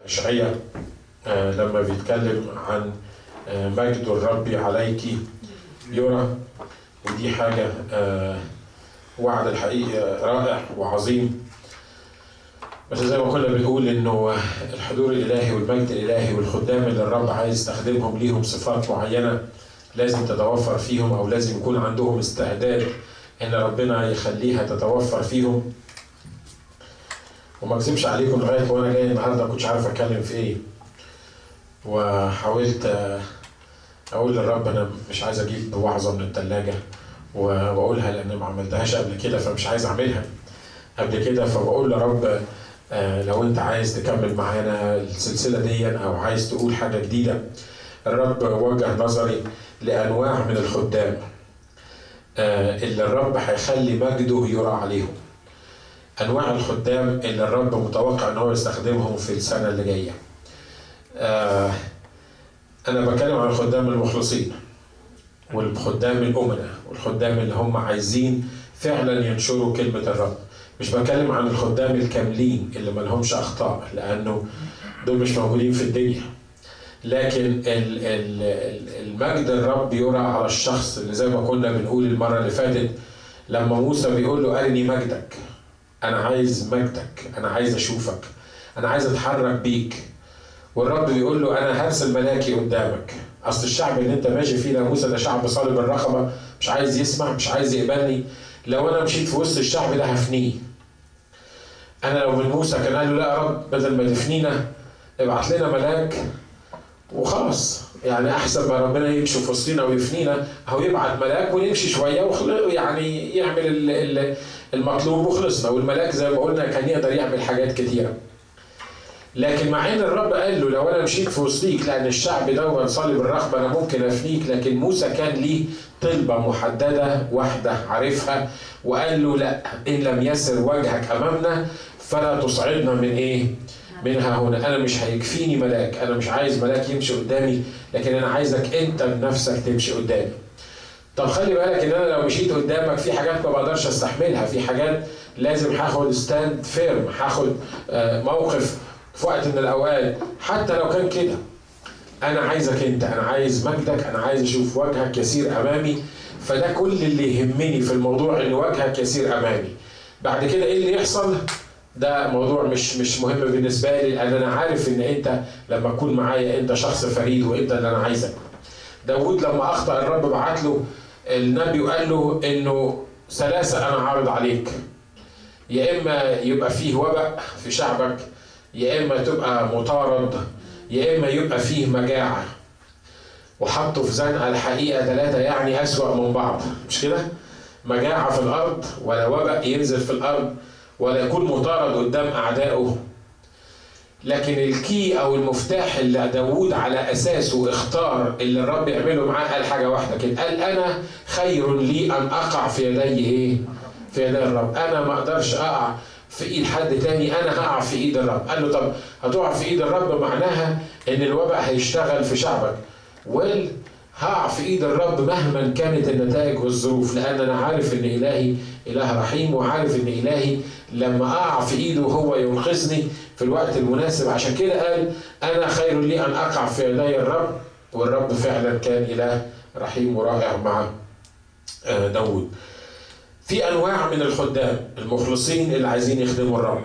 إشعياء لما بيتكلم عن مجد الرب عليك يرى، ودي حاجة وعد الحقيقة رائع وعظيم. بس زي ما كنا بنقول انه الحضور الالهي والمجد الالهي والخدام اللي الرب عايز يستخدمهم ليهم صفات معينة لازم تتوفر فيهم، او لازم يكون عندهم استعداد ان ربنا يخليها تتوفر فيهم. وما اكذبش عليكم، لغايه وانا جاي النهارده كنتش عارف اتكلم في ايه، وحاولت اقول للرب انا مش عايز اجيب وعظه من الثلاجه واقولها لان ما عملتهاش قبل كده، فمش عايز اعملها قبل كده. فبقول لرب لو انت عايز تكمل معانا السلسله دي او عايز تقول حاجه جديده. الرب وجه نظري لانواع من الخدام اللي الرب هيخلي مجده يرى عليهم. انواع الخدام اللي الرب متوقع ان هو يستخدمهم في السنه اللي جايه. انا بتكلم عن الخدام المخلصين والخدام الامناء والخدام اللي هم عايزين فعلا ينشروا كلمه الرب. مش بتكلم عن الخدام الكاملين اللي ما لهمش اخطاء، لانه دول مش موجودين في الدنيا. لكن المجد الرب يرى على الشخص اللي زي ما كنا بنقول المره اللي فاتت، لما موسى بيقول له ارني مجدك، انا عايز مجدك، انا عايز اشوفك، انا عايز اتحرك بيك. والرب بيقول له انا هرسل ملاكي قدامك. اصل الشعب اللي انت ماشي فيه ده موسى ده شعب صلب الرقبه، مش عايز يسمع، مش عايز يقبلني. لو انا مشيت في وسط الشعب ده هفنيه. انا لو من موسى كان قال له لا يا رب، بدل ما تفنينا ابعت لنا ملاك وخلاص، يعني احسن ما ربنا يمشي في وسطينا ويفنينا، اهو يبعت ملاك ونمشي شويه يعني يعمل المطلوب وخلصنا. والملاك زي ما قلنا كان يقدر يعمل حاجات كتيره. لكن مع ان الرب قال له لو انا مشيت في وسطيك لان الشعب ده صلب الرقبه انا ممكن افنيك، لكن موسى كان ليه طلبه محدده واحده عارفها، وقال له لا، ان لم يسر وجهك امامنا فلا تصعدنا من ايه؟ منها هنا. انا مش هيكفيني ملاك، انا مش عايز ملاك يمشي قدامي، لكن انا عايزك انت بنفسك تمشي قدامي. طب خلي بالك ان انا لو مشيت قدامك في حاجات ما بقدرش استحملها، في حاجات لازم هاخد ستاند فيرم، هاخد موقف في وقت من الاوقات. حتى لو كان كده انا عايزك انت، انا عايز مجدك، انا عايز اشوف وجهك يسير امامي. فده كل اللي يهمني في الموضوع، ان وجهك يسير امامي. بعد كده ايه اللي يحصل ده موضوع مش مهم بالنسبه لي، لان انا عارف ان انت لما تكون معايا انت شخص فريد وانت اللي انا عايزك. داود لما اخطأ الرب بعت له النبي وقال له انه ثلاثه انا عارض عليك، يا اما يبقى فيه وباء في شعبك، يا اما تبقى مطارد، يا اما يبقى فيه مجاعه. وحطوا في زنقه الحقيقه ثلاثه يعني اسوأ من بعض، مش كده؟ مجاعه في الارض، ولا وباء ينزل في الارض، ولا يكون مطارد قدام اعدائه. لكن الكي او المفتاح اللي داود على اساسه اختار اللي الرب يعمله معاه، قال حاجه واحده كده، قال انا خير لي ان اقع في يدي ايه؟ في يدي الرب. انا ما اقدرش اقع في ايد حد تاني، انا هقع في ايد الرب. قال له طب هتقع في ايد الرب معناها ان الوباء هيشتغل في شعبك، هقع في ايد الرب مهما كانت النتائج والظروف، لان انا عارف ان الهي اله رحيم، وعارف ان الهي لما اقع في ايده هو ينقذني في الوقت المناسب. عشان كده قال انا خير لي ان اقع في يدي الرب. والرب فعلا كان اله رحيم ورائع مع داود. في انواع من الخدام المخلصين اللي عايزين يخدموا الرب،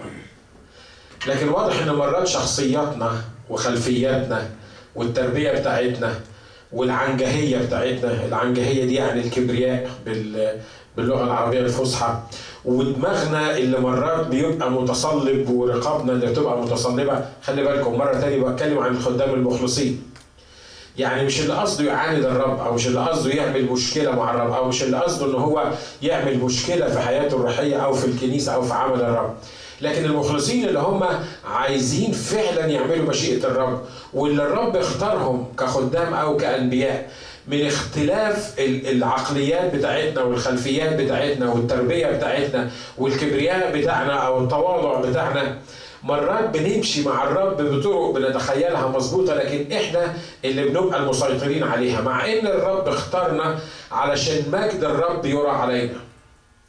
لكن واضح ان مرات شخصياتنا وخلفياتنا والتربيه بتاعتنا والعنجهيه بتاعتنا، العنجهيه دي يعني الكبرياء باللغه العربيه الفصحى، ودماغنا اللي مرات بيبقى متصلب ورقابنا اللي بتبقى متصلبه. خلي بالكم مره تانية بتكلم عن الخدام المخلصين، يعني مش اللي قصده يعاند الرب، او مش اللي قصده يعمل مشكله مع الرب، او مش اللي قصده ان هو يعمل مشكله في حياته الروحيه او في الكنيسه او في عمل الرب، لكن المخلصين اللي هم عايزين فعلا يعملوا مشيئه الرب، واللي الرب اختارهم كخدام او كانبياء من اختلاف العقليات بتاعتنا والخلفيات بتاعتنا والتربيه بتاعتنا والكبرياء بتاعنا او التواضع بتاعنا. مرات بنمشي مع الرب بطرق بنتخيلها مظبوطه، لكن احنا اللي بنبقى المسيطرين عليها، مع ان الرب اختارنا علشان مجد الرب يرى علينا.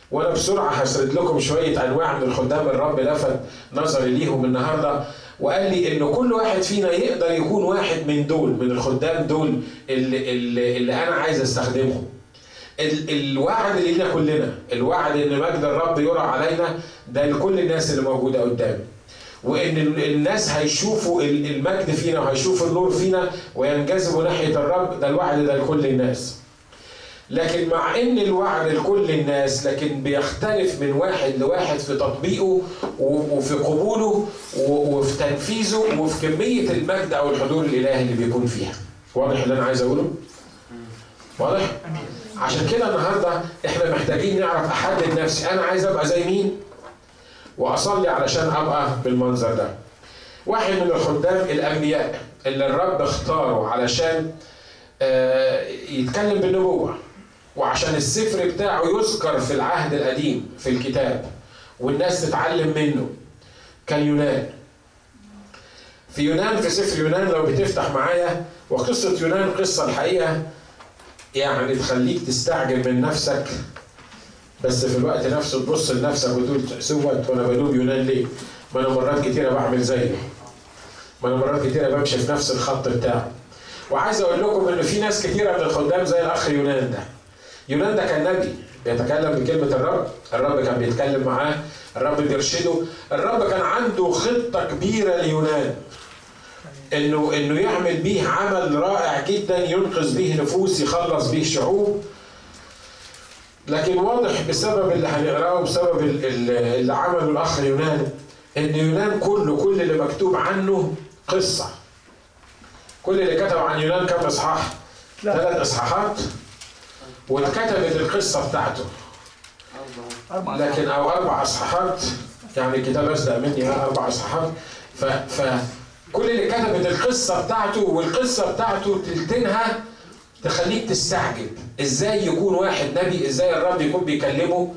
وانا بسرعه هسرد لكم شويه انواع من الخدام الرب لفت نظري ليهم النهارده، وقال لي ان كل واحد فينا يقدر يكون واحد من دول، من الخدام دول اللي انا عايز استخدمهم. الوعد اللي لينا كلنا، الوعد ان مجد الرب يرى علينا، ده لكل الناس اللي موجوده قدامي، وان الناس هيشوفوا المجد فينا وهيشوفوا النور فينا وينجذبوا ناحيه الرب، ده الوعد ده لكل الناس. لكن مع ان الوعد لكل الناس، لكن بيختلف من واحد لواحد في تطبيقه وفي قبوله وفي تنفيذه وفي كميه المجد او الحضور الالهي اللي بيكون فيها. واضح اللي انا عايز اقوله؟ واضح؟ عشان كده النهارده احنا محتاجين نعرف احدد نفسي، انا عايز ابقى زي مين؟ واصلي علشان ابقى بالمنظر ده. واحد من الخدام الانبياء اللي الرب اختاره علشان يتكلم بالنبوه، وعشان السفر بتاعه يذكر في العهد القديم في الكتاب والناس تتعلم منه، كان يونان. في يونان، في سفر يونان لو بتفتح معايا، وقصة يونان قصة الحقيقة يعني تخليك تستعجب من نفسك، بس في الوقت نفسه تبص لنفسك وتقول سوت وانا بدوب يونان ليه؟ ما انا مرات كتيرة بعمل زيه، ما انا مرات كتيرة بمشي في نفس الخط بتاعه. وعايز اقول لكم ان في ناس كتيرة من الخدام زي الاخ يونان ده. يونان ده كان نبي بيتكلم بكلمة الرب، الرب كان بيتكلم معاه، الرب بيرشده، الرب كان عنده خطة كبيرة ليونان انه يعمل بيه عمل رائع جدا، ينقذ بيه نفوس، يخلص بيه شعوب. لكن واضح بسبب اللي هنقراه، بسبب اللي عمله الاخ يونان، ان يونان كل اللي مكتوب عنه قصة. كل اللي كتب عن يونان كم اصحاح؟ 3 اصحاحات، واتكتبت القصة بتاعته. لكن او 4 اصحاحات، يعني الكتاب أصدق مني 4 اصحاحات. فكل اللي كتبت القصة بتاعته، والقصة بتاعته تلتينها تخليك تستعجب ازاي يكون واحد نبي، ازاي الرب يكون بيكلمه،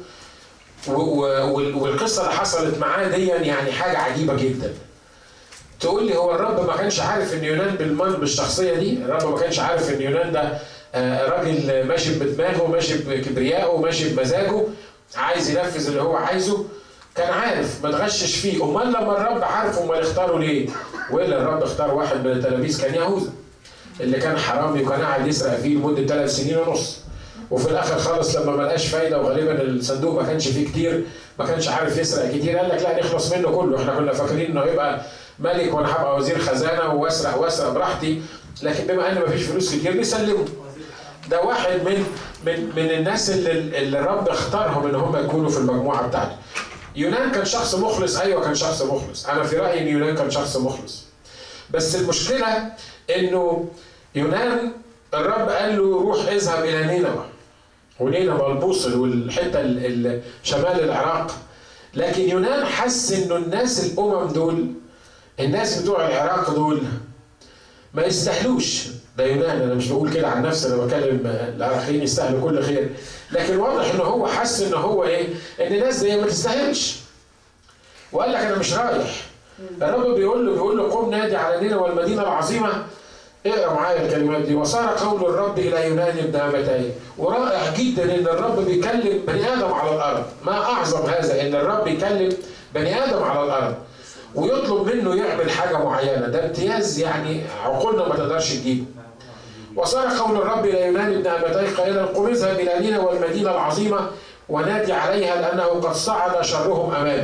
والقصة اللي حصلت معاه دي يعني حاجة عجيبة جدا. تقول لي هو الرب ما كانش عارف ان يونان بالشخصية دي؟ الرب ما كانش عارف ان يونان ده راجل ماشي بدماغه، ماشي بكبريائه، ماشي بمزاجه، عايز ينفذ اللي هو عايزه؟ كان عارف، ما تغشش فيه. امال لما الرب عارفه امال اختاره ليه؟ والا الرب اختار واحد من التلاميذ كان يهوذا، اللي كان حرامي وكان قاعد يسرق فيه لمده 3 سنين ونص، وفي الاخر خالص لما ما لقاش فايده وغالبا الصندوق ما كانش فيه كتير، ما كانش عارف يسرق كتير، قال لك لا نخلص منه كله، احنا كنا فاكرين انه يبقى ملك وانا هبقى وزير خزانه واسرق براحتي، لكن بما ان ما فيش فلوس كتير نسلمه. ده واحد من الناس اللي الرب اختارهم ان هم يكونوا في المجموعه بتاعته. يونان كان شخص مخلص، ايوه كان شخص مخلص، انا في رايي ان يونان كان شخص مخلص. بس المشكله انه يونان الرب قال له روح اذهب الى نينوى، ونينوى البوصل والحته شمال العراق. لكن يونان حس انه الناس الامم دول، الناس بتوع العراق دول ما يستاهلوش. ده يونان، انا مش بقول كده عن نفسي، انا بكلم العراقيين يستاهلوا كل خير، لكن واضح ان هو حس ان هو ايه؟ ان الناس دي ما تستاهلش، وقال لك انا مش رايح. الرب بيقول له قم نادي على نينوى المدينه العظيمه. اقرا معايا الكلمات دي. وصار قول الرب الى يونان ابن امتي. ورائع جدا ان الرب بيكلم بني ادم على الارض. ما اعظم هذا ان الرب يكلم بني ادم على الارض ويطلب منه يعمل حاجه معينه. ده امتياز يعني عقولنا ما تقدرش تجيبه. وصار قول الرب الى يونان ابن امتي قائلا قم اذهب الى نينوى المدينه العظيمه ونادي عليها لانه قد صعد شرهم امامي.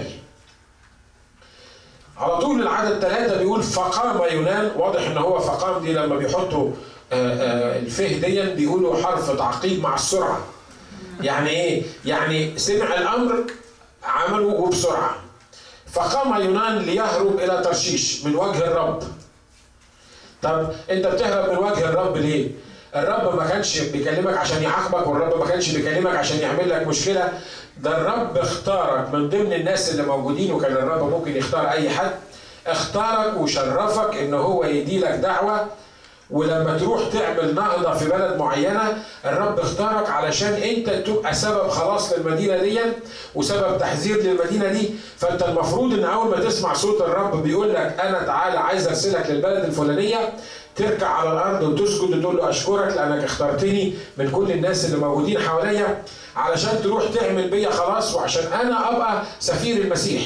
على طول العدد 3 بيقول فقام يونان. واضح ان هو فقام دي لما بيحطوا الفه دي بيقولوا حرف تعقيب مع السرعه. يعني ايه؟ يعني سمع الامر عمله وبسرعه. فقام يونان ليهرب الى ترشيش من وجه الرب. طب انت بتهرب من وجه الرب ليه؟ الرب ما كانش بيكلمك عشان يعاقبك، والرب ما كانش بيكلمك عشان يعمل لك مشكله. ده الرب اختارك من ضمن الناس اللي موجودين، وكان الرب ممكن يختار اي حد. اختارك وشرفك ان هو يديلك دعوه، ولما تروح تعمل نهضه في بلد معينه الرب اختارك علشان انت تبقى سبب خلاص للمدينه دي وسبب تحذير للمدينه دي. فانت المفروض ان اول ما تسمع صوت الرب بيقول لك انا تعالى عايز ارسلك للبلد الفلانيه، تركع على الارض وتسجد وتقول له اشكرك لانك اخترتني من كل الناس اللي موجودين حواليا علشان تروح تعمل بيا خلاص وعشان انا ابقى سفير المسيح.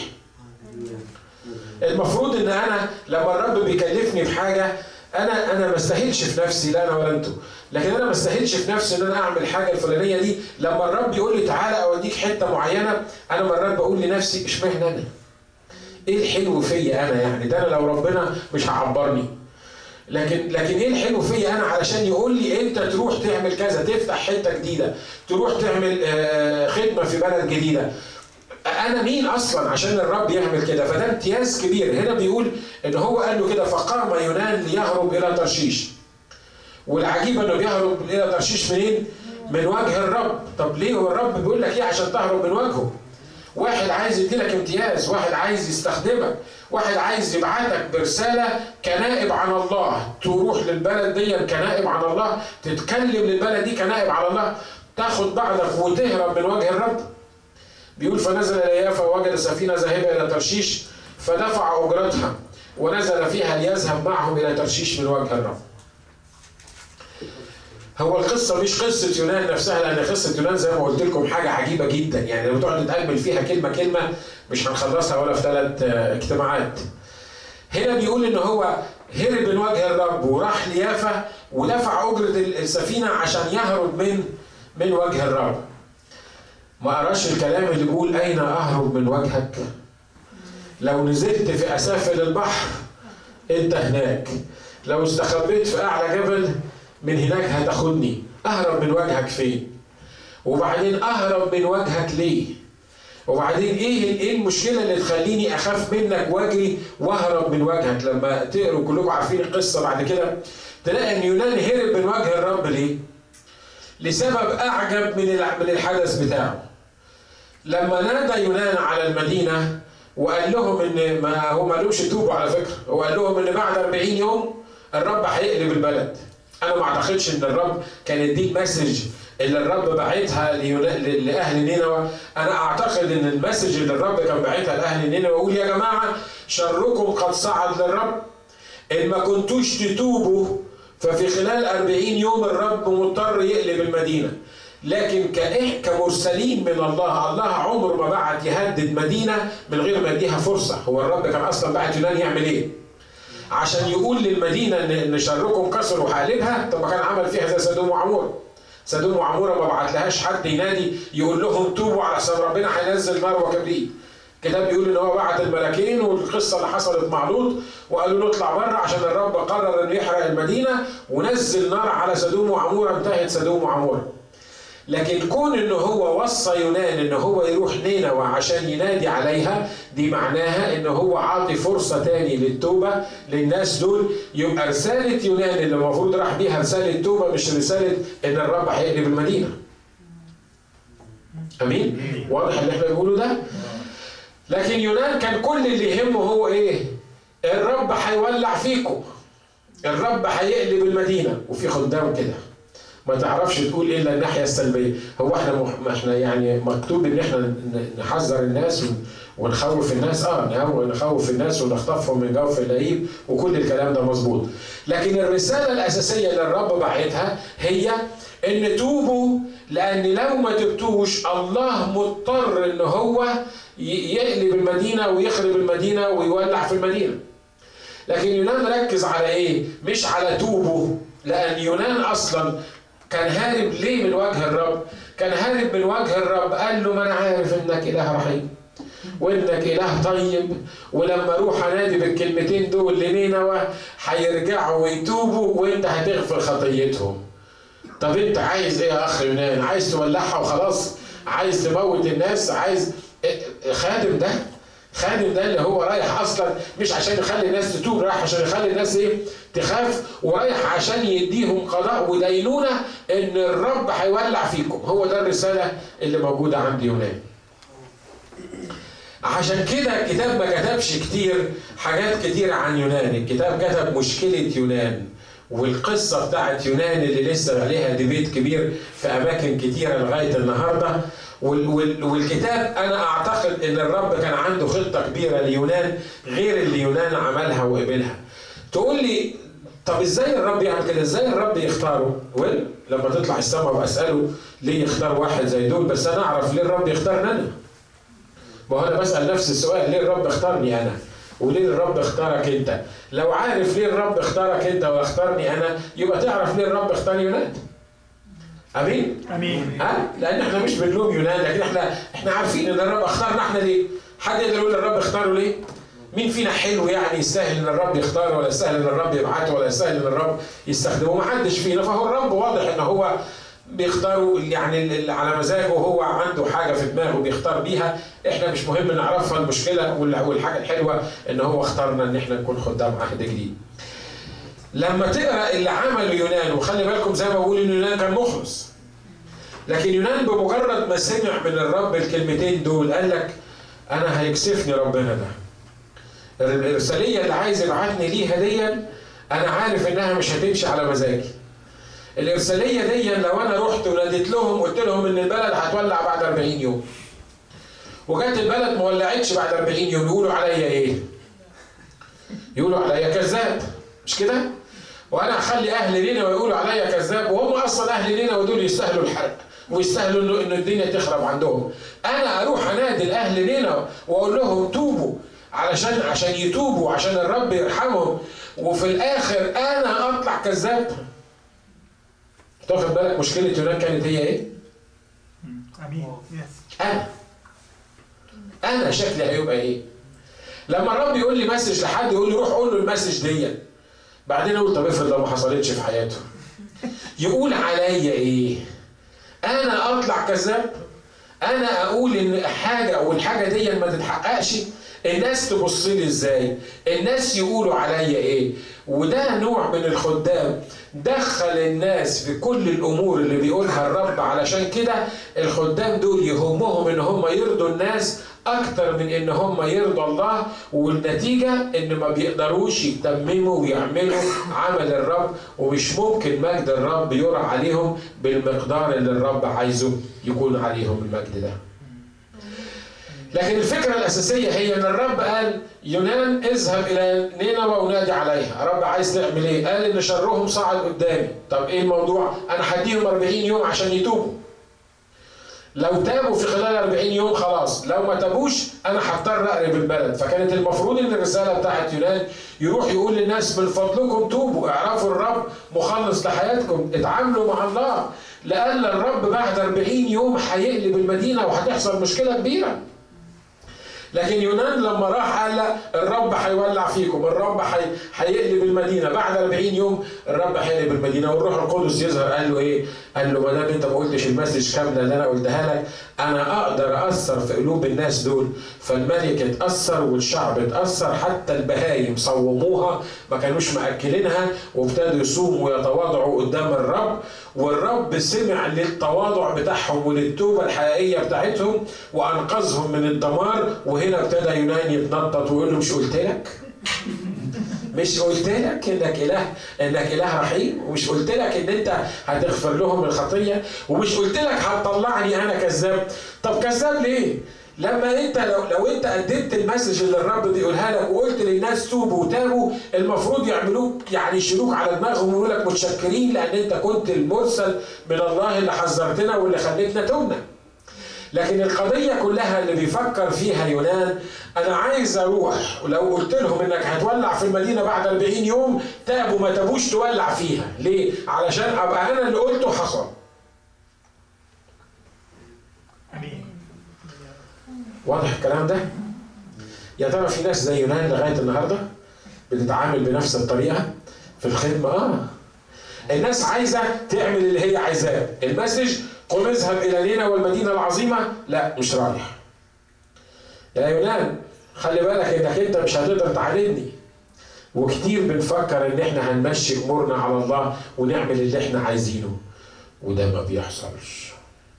المفروض ان انا لما الرب بيكلفني بحاجه انا ما استاهلش في نفسي، لا انا ولا انتوا، لكن انا ما استاهلش في نفسي ان انا اعمل الحاجه الفلانيه دي. لما الرب يقول لي تعالى اوديك حته معينه، انا مرات بقول لنفسي اشمعنى انا؟ ايه الحلو فيا انا يعني؟ ده انا لو ربنا مش هعبرني. لكن ايه الحلو فيا انا علشان يقول لي انت تروح تعمل كذا، تفتح حته جديده، تروح تعمل خدمه في بلد جديده. انا مين اصلا عشان الرب يعمل كده؟ فده امتياز كبير. هنا بيقول ان هو قال له كده فقام يونان ليهرب الى ترشيش. والعجيب انه بيهرب الى ترشيش منين؟ من وجه الرب. طب ليه هو الرب بيقول لك ايه عشان تهرب من وجهه؟ واحد عايز يديلك امتياز، واحد عايز يستخدمك، واحد عايز يبعتك برساله كنائب عن الله، تروح للبلد دي كنائب عن الله، تتكلم للبلد دي كنائب على الله، تاخد بعضك وتهرب من وجه الرب. بيقول فنزل الى يافا ووجد سفينه ذاهبه الى ترشيش فدفع اجرتها ونزل فيها ليذهب معهم الى ترشيش من وجه الرب. هو القصه مش قصه يونان نفسها، لان قصه يونان زي ما قلت لكم حاجه عجيبه جدا، يعني لو تقعد تتامل فيها كلمه كلمه مش هنخلصها ولا في 3 اجتماعات. هنا بيقول ان هو هرب من وجه الرب وراح ليافا ودفع اجره السفينه عشان يهرب من وجه الرب. ما قراش الكلام اللي بيقول اين اهرب من وجهك؟ لو نزلت في اسافل البحر انت هناك، لو استخبيت في اعلى جبل من هناك هتاخدني. اهرب من وجهك فين؟ وبعدين اهرب من وجهك ليه؟ وبعدين ايه المشكله اللي تخليني اخاف منك واجري واهرب من وجهك؟ لما تقروا كلكم عارفين القصه بعد كده تلاقي ان يونان هرب من وجه الرب ليه؟ لسبب اعجب من الحدث بتاعه. لما نادى يونان على المدينه وقال لهم ان ما هو مالوش يتوبوا على فكره، هو قال لهم ان بعد 40 يوم الرب هيقلب البلد. انا ما اعتقدش ان الرب كان دي المسج اللي الرب بعتها لاهل نينوى. انا اعتقد ان المسج اللي الرب كان بعتها لاهل نينوى يقول يا جماعه شركم قد صعد للرب، ان ما كنتوش تتوبوا ففي خلال 40 يوم الرب مضطر يقلب المدينه. لكن كمرسلين من الله عمره ما بعت يهدد مدينه من غير ما يديها فرصه. هو الرب كان اصلا بعت يونان يعمل ايه؟ عشان يقول للمدينه ان شركم كسر وهقلبها. طب ما كان عمل فيها زي سدوم وعموره. سدوم وعموره ما بعتلهاش حد ينادي يقول لهم توبوا على حساب ربنا هينزل نار وكبريت. الكتاب بيقول ان هو بعت الملاكين والقصه اللي حصلت مع لوط وقالوا له اطلع بره عشان الرب قرر انه يحرق المدينه ونزل نار على سدوم وعموره، انتهت سدوم وعموره. لكن كون انه هو وصى يونان انه هو يروح نينوى عشان ينادي عليها، دي معناها انه هو عاطي فرصه تاني للتوبه للناس دول. يبقى رساله يونان اللي المفروض راح بيها رساله توبه، مش رساله ان الرب هيقلب المدينه. امين؟ واضح اللي احنا بنقوله ده؟ لكن يونان كان كل اللي يهمه هو ايه؟ الرب هيولع فيكم، الرب هيقلب المدينه. وفي خدام كده ما تعرفش تقول الا الناحيه السلبيه. هو احنا يعني مكتوب ان احنا نحذر الناس ونخوف الناس، نخوف الناس ونخطفهم من جوف اللئيم وكل الكلام ده مظبوط. لكن الرساله الاساسيه اللي الرب بعتها هي ان توبوا، لان لو ما تبتوش الله مضطر ان هو يقلب المدينه ويخرب المدينه ويولع في المدينه. لكن يونان ركز على ايه؟ مش على توبوا، لان يونان اصلا كان هارب ليه من وجه الرب؟ كان هارب من وجه الرب قال له ما انا عارف انك اله رحيم وانك اله طيب، ولما اروح انادي بالكلمتين دول لنينوى هيرجعوا ويتوبوا وانت هتغفر خطيتهم. طب انت عايز ايه يا اخ يونان؟ عايز تولعها وخلاص؟ عايز تموت الناس؟ عايز خادم ده اللي هو رايح اصلا مش عشان يخلي الناس تتوب، رايح عشان يخلي الناس ايه؟ تخاف، ورايح عشان يديهم قضاء ودينونه ان الرب هيولع فيكم. هو ده الرساله اللي موجوده عند يونان. عشان كده الكتاب ما كتبش كتير حاجات كتير عن يونان، الكتاب كتب مشكله يونان والقصه بتاعت يونان اللي لسه عليها ديبيت كبير في اماكن كتيره لغايه النهارده. والكتاب انا اعتقد ان الرب كان عنده خطه كبيره ليونان غير اللي يونان عملها وقبلها. تقول لي طب ازاي الرب يعمل كده؟ ازاي الرب يختاره؟ لما تطلع السما بسأله ليه يختار واحد زي دول، بس انا اعرف ليه الرب يختارني انا. ما هو انا بسأل نفس السؤال، ليه الرب اختارني انا؟ وليه الرب اختارك انت؟ لو عارف ليه الرب اختارك انت واختارني انا، يبقى تعرف ليه الرب اختار يونان. امين؟ امين. لان احنا مش بنلوم يونان، لكن احنا عارفين ان الرب اختارنا احنا ليه؟ حد يقدر يقول الرب اختاره ليه؟ مين فينا حلو يعني يستاهل ان الرب يختاره، ولا يستاهل ان الرب يبعته، ولا يستاهل ان الرب يستخدمه؟ ما حدش فينا. فهو الرب واضح ان هو بيختاره يعني على مزاجه، وهو عنده حاجه في دماغه بيختار بيها، احنا مش مهم نعرفها. المشكله والحاجه الحلوه ان هو اختارنا ان احنا نكون خدام عهد جديد. لما تقرا اللي عمله يونان، وخلي بالكم زي ما بقول ان يونان كان مخلص، لكن يونان بمجرد ما سمع من الرب الكلمتين دول قال لك انا هيكسفني ربنا ده. الارساليه اللي عايز يبعتني ليها دي انا عارف انها مش هتمشي على مزاجي. الارساليه دي لو انا رحت وناديت لهم قلت لهم ان البلد هتولع بعد 40 يوم، وجات البلد ما ولعتش بعد 40 يوم، يقولوا عليا ايه؟ يقولوا عليا كذاب، مش كده؟ وانا اخلي اهل نينوى يقولوا عليا كذاب، وهم اصلا اهل نينوى دول يستاهلوا الحرق ويستاهلوا ان الدنيا تخرب عندهم. انا اروح انادي لاهل نينوى واقول لهم توبوا عشان يتوبوا، عشان الرب يرحمهم، وفي الاخر انا اطلع كذاب؟ تاخد بالك مشكله يونان كانت هي ايه؟ امين. انا شكلي هيبقى ايه؟ لما الرب يقول لي مسج لحد يقول لي روح قول له المسج دي، بعدين اقول طب افرض لو ما حصلتش في حياته يقول عليا ايه؟ انا اطلع كذاب؟ انا اقول ان حاجه والحاجه دي ما تتحققش؟ الناس تبص لي ازاي؟ الناس يقولوا عليا ايه؟ وده نوع من الخدام دخل الناس في كل الامور اللي بيقولها الرب. علشان كده الخدام دول يهمهم ان هم يرضوا الناس اكتر من ان هم يرضوا الله، والنتيجه ان ما بيقدروش يتمموا ويعملوا عمل الرب، ومش ممكن مجد الرب يرى عليهم بالمقدار اللي الرب عايزه يكون عليهم المجد ده. لكن الفكرة الأساسية هي أن الرب قال يونان اذهب إلى نينوى ونادي عليها. الرب عايز تعمل إيه؟ قال إن شرهم صعد قدامي. طب إيه الموضوع؟ أنا هديهم 40 يوم عشان يتوبوا. لو تابوا في خلال 40 يوم خلاص، لو ما تابوش أنا هضطر أقرب البلد. فكانت المفروض إن الرسالة بتاعت يونان يروح يقول للناس من فضلكم توبوا، اعرفوا الرب مخلص لحياتكم، اتعاملوا مع الله، لأن الرب بعد 40 يوم هيقلب المدينة وهتحصل مشكلة كبيرة. لكن يونان لما راح قال لا الرب هيولع فيكم، الرب هيقلب المدينه بعد 40 يوم، الرب هيقلب المدينه. والروح القدس يظهر قال له ايه؟ قال له ما دام انت ما قلتش المسج كامله اللي انا قلتها لك، انا اقدر اثر في قلوب الناس دول. فالملك اتاثر والشعب اتاثر، حتى البهايم صوموها، ما كانوش ماكلينها، وابتدوا يصوموا ويتواضعوا قدام الرب. والرب سمع للتواضع بتاعهم وللتوبه الحقيقيه بتاعتهم وانقذهم من الدمار. وهنا ابتدى يونان يتنطط ويقول له مش قلت لك؟ مش قلت لك انك اله رحيم؟ ومش قلت لك ان انت هتغفر لهم الخطيه؟ ومش قلت لك هتطلعني انا كذاب؟ طب كذاب ليه؟ لما انت لو انت قدمت المسج اللي الرب بيقولها لك وقلت للناس توبوا وتابوا، المفروض يعملوك يعني يشيلوك على دماغهم ويقولوا لك متشكرين لان انت كنت المرسل من الله اللي حذرتنا واللي خليتنا توبنا. لكن القضية كلها اللي بيفكر فيها يونان، أنا عايز أروح ولو قلت لهم إنك هتولع في المدينة بعد 40 يوم، تابوا ما تابوش تولع فيها. ليه؟ علشان أبقى أنا اللي قلته حصل. امين. واضح الكلام ده؟ يا ترى في ناس زي يونان لغاية النهاردة بتتعامل بنفس الطريقة في الخدمة؟ الناس عايزة تعمل اللي هي عايزاه. المسج قم اذهب إلى نينوى والمدينة العظيمة، لا مش رايح. يا يونان خلي بالك انك انت مش هتقدر تعاندني. وكتير بنفكر ان احنا هنمشي امورنا على الله ونعمل اللي احنا عايزينه، وده ما بيحصلش.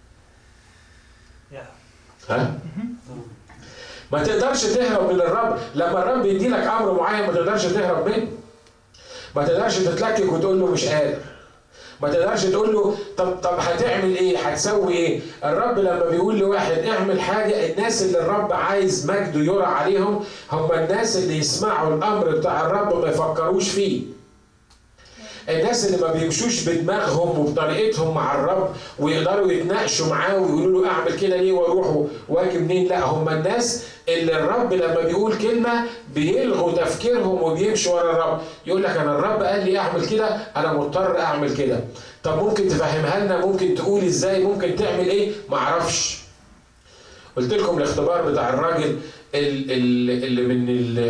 ها؟ ما تقدرش تهرب من الرب. لما الرب يدي لك امر معين ما تقدرش تهرب منه. ما تقدرش تتلكك وتقول له مش قادر. ما تقدرش تقول له طب هتعمل ايه؟ هتسوي ايه؟ الرب لما بيقول لواحد اعمل حاجه، الناس اللي الرب عايز مجده يرى عليهم هم الناس اللي يسمعوا الامر بتاع الرب وما يفكروش فيه. الناس اللي ما بيمشوش بدماغهم وبطريقتهم مع الرب ويقدروا يتناقشوا معاه ويقولوا له اعمل كده ليه واروح واجي منين. لا، هم الناس اللي الرب لما بيقول كلمه بيلغوا تفكيرهم وبيمشوا ورا الرب. يقول لك انا الرب قال لي اعمل كده، انا مضطر اعمل كده. طب ممكن تفهمها لنا؟ ممكن تقول ازاي؟ ممكن تعمل ايه؟ ما اعرفش. قلت لكم الاختبار بتاع الراجل اللي من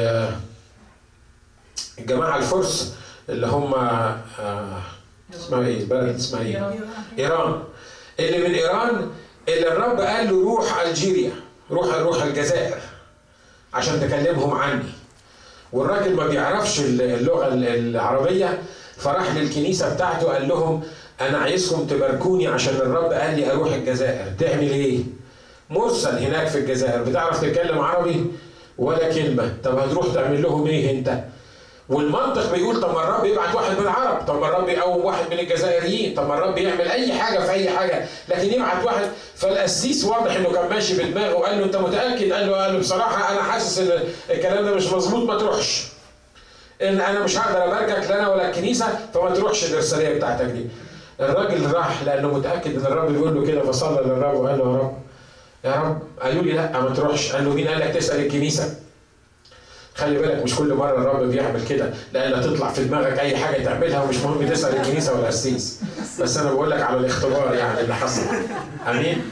الجماعه الفرس اللي هم اسمها ايه؟ البلد اسمها ايه؟ ايران. اللي من ايران اللي الرب قال له روح الجيريا، روح الجزائر عشان تكلمهم عني. والراجل ما بيعرفش اللغه العربيه، فراح للكنيسه بتاعته قال لهم انا عايزكم تباركوني عشان الرب قال لي اروح الجزائر. تعمل ايه؟ مرسل هناك في الجزائر، بتعرف تتكلم عربي ولا كلمه. طب هتروح تعمل لهم ايه انت؟ والمنطق بيقول طب ما الرب يبعت واحد من العرب، طب ما الرب يقوم واحد من الجزائريين، طب ما الرب يعمل اي حاجه في اي حاجه، لكن يبعت واحد. فالقسيس واضح انه كان ماشي بدماغه وقال له انت متاكد؟ قال له بصراحه انا حاسس ان الكلام ده مش مظبوط، ما تروحش. ان انا مش هقدر اباركك لا انا ولا الكنيسه، فما تروحش الارساليه بتاعتك دي. الراجل راح لانه متاكد ان الرب بيقول له كده، فصلى للرب وقال له يا رب قالوا لي لا ما تروحش. قال له مين قال لك تسال الكنيسه؟ خلي بالك مش كل مره الرب بيعمل كده، لان هتطلع في دماغك اي حاجه تعملها ومش مهم تسال الكنيسه ولا القسيس. بس انا بقول لك على الاختبار يعني اللي حصل. امين.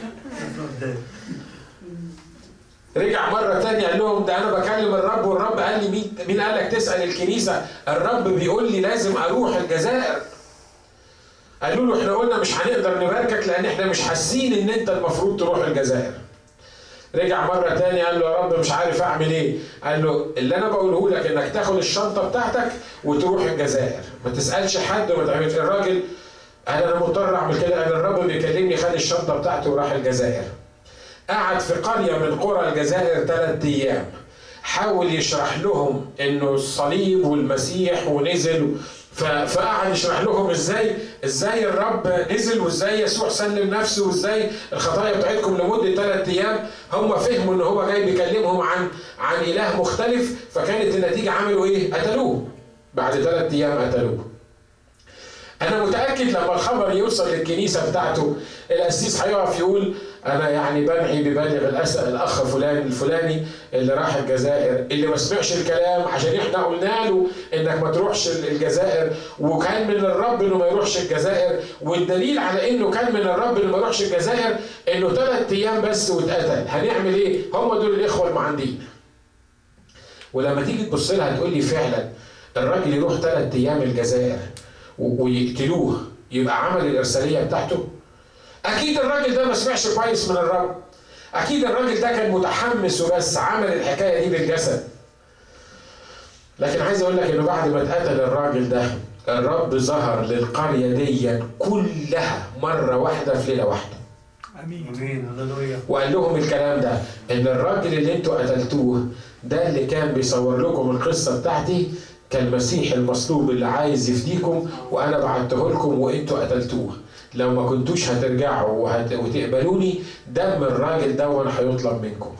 رجع مره ثانيه قال لهم ده انا بكلم الرب والرب قال لي مين قال لك تسال الكنيسه؟ الرب بيقول لي لازم اروح الجزائر. قالوا له احنا قلنا مش هنقدر نباركك لان احنا مش حاسين ان انت المفروض تروح الجزائر. رجع مرة تاني قال له يا رب مش عارف اعمل ايه. قال له اللي انا بقوله لك انك تاخد الشنطة بتاعتك وتروح الجزائر، ما تسألش حد وما تعملش. الراجل قال انا مضطر اعمل كده لان الرب بيكلمني. خد الشنطة بتاعته وراح الجزائر. قعد في قرية من قرى الجزائر 3 أيام، حاول يشرح لهم انه الصليب والمسيح ونزل. فقعد يشرح لهم ازاي الرب نزل وازاي يسوع سلم نفسه وازاي الخطايا بتاعتكم لمده 3 ايام. هم فهموا ان هو جاي بيكلمهم عن اله مختلف، فكانت النتيجه عملوا ايه؟ قتلوه. بعد 3 ايام قتلوه. انا متاكد لما الخبر يوصل للكنيسه بتاعته القسيس هيقف يقول انا يعني بنعي ببالغ الاخ فلان الفلاني اللي راح الجزائر، اللي ما سمعش الكلام عشان احنا قلنا له انك ما تروحش الجزائر، وكان من الرب انه ما يروحش الجزائر. والدليل على انه كان من الرب انه ما يروحش الجزائر انه 3 ايام بس واتقتل. هنعمل ايه؟ هم دول الاخوه المعندين. ولما تيجي تبص لها تقول لي فعلا الراجل يروح 3 ايام الجزائر ويقتلوه يبقى عمل الارساليه بتاعته؟ اكيد الراجل ده ما سمعش كويس من الرب. اكيد الراجل ده كان متحمس وبس عمل الحكايه دي بالجسد. لكن عايز اقول لك انه بعد ما اتقتل الراجل ده الرب ظهر للقريه دي كلها مره واحده في ليله واحده. امين. هللويا. وقال لهم الكلام ده ان الراجل اللي انتوا قتلتوه ده اللي كان بيصور لكم القصه بتاعتي كالمسيح المصلوب اللي عايز يفديكم، وانا بعته لكم وانتوا قتلتوه. لو ما كنتوش هترجعوا وتقبلوني دم الراجل ده وانا هيطلب منكم.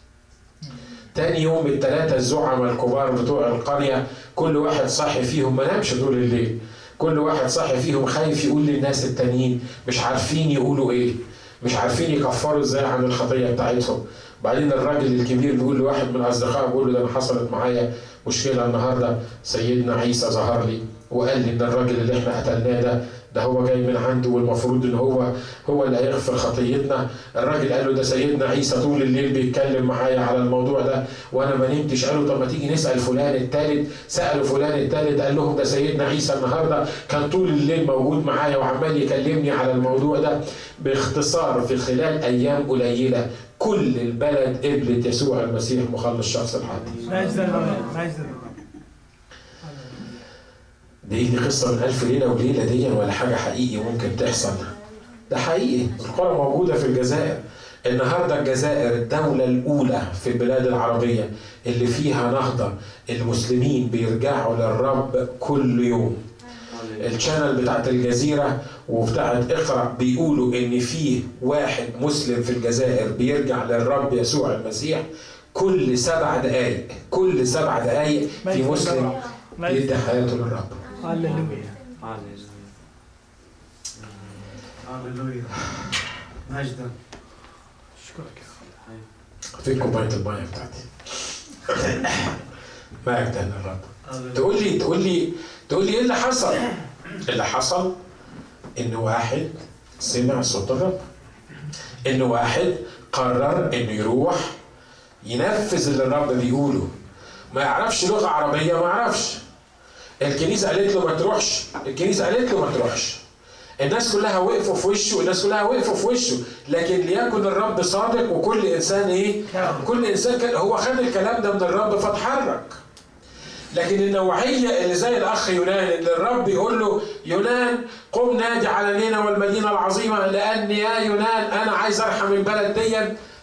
تاني يوم ال3 الزعماء الكبار بتوع القرية كل واحد صاحي فيهم ما نامش طول الليل، كل واحد صاحي فيهم خايف يقول للناس التانيين، مش عارفين يقولوا ايه، مش عارفين يكفروا ازاي عن الخطية بتاعتهم. بعدين الراجل الكبير بيقول لواحد من اصدقائه بيقول له ده انا حصلت معايا مشكلة النهارده، سيدنا عيسى ظهر لي وقال لي ان الراجل اللي احنا قتلناه ده هو جاي من عنده والمفروض ان هو اللي هيغفر خطيتنا. الراجل قال له ده سيدنا عيسى طول الليل بيتكلم معايا على الموضوع ده وانا ما نمتش. قالوا طب ما تيجي نسال فلان الثالث. سالوا فلان الثالث قال لهم ده سيدنا عيسى النهارده كان طول الليل موجود معايا وعمال يكلمني على الموضوع ده. باختصار في خلال ايام قليله كل البلد قبلت يسوع المسيح مخلص شخص الحقيقي. دي قصة من 1000 ليلة وليلة دي ولا حاجة حقيقي ممكن تحصل؟ ده حقيقي. القرى موجودة في الجزائر. النهاردة الجزائر الدولة الأولى في البلاد العربية اللي فيها نهضة. المسلمين بيرجعوا للرب كل يوم. الشانل بتاعت الجزيرة وبتاعت اقرأ بيقولوا ان فيه واحد مسلم في الجزائر بيرجع للرب يسوع المسيح كل 7 دقايق. كل 7 دقايق في مسلم يدي حياته للرب. هللويا هللويا. مجدا. اشكرك يا اخي. فين كوبايه الميه بتاعتي؟ مجدا للرب. تقول لي ايه اللي حصل؟ اللي حصل ان واحد سمع صوت الرب، ان واحد قرر انه يروح ينفذ اللي الرب بيقوله. ما يعرفش لغه عربيه، ما يعرفش. الكنيسه قالت له ما تروحش، الكنيسه قالت له ما تروحش. الناس كلها وقفوا في وشه، والناس كلها وقفوا في وشه، لكن ليكن الرب صادق وكل انسان ايه؟ كل انسان كان هو خد الكلام ده من الرب فاتحرك. لكن النوعيه اللي زي الاخ يونان اللي الرب يقول له يونان قم نادي على نينوى والمدينه العظيمه لان يا يونان انا عايز ارحم البلد دي،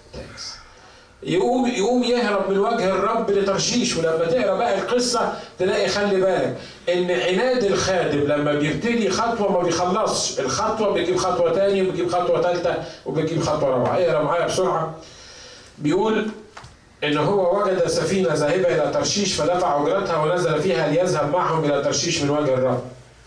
يقوم يهرب من وجه الرب لترشيش. ولما تقرا بقى القصه تلاقي خلي بالك ان عناد الخادم لما بيبتدي خطوه ما بيخلصش، الخطوه بيجيب خطوه تاني وبيجيب خطوه ثالثه وبيجيب خطوه رابعه. اقرا معايا بسرعه. بيقول ان هو وجد سفينه ذاهبه الى ترشيش فدفع اجرتها ونزل فيها ليذهب معهم الى ترشيش من وجه الرب.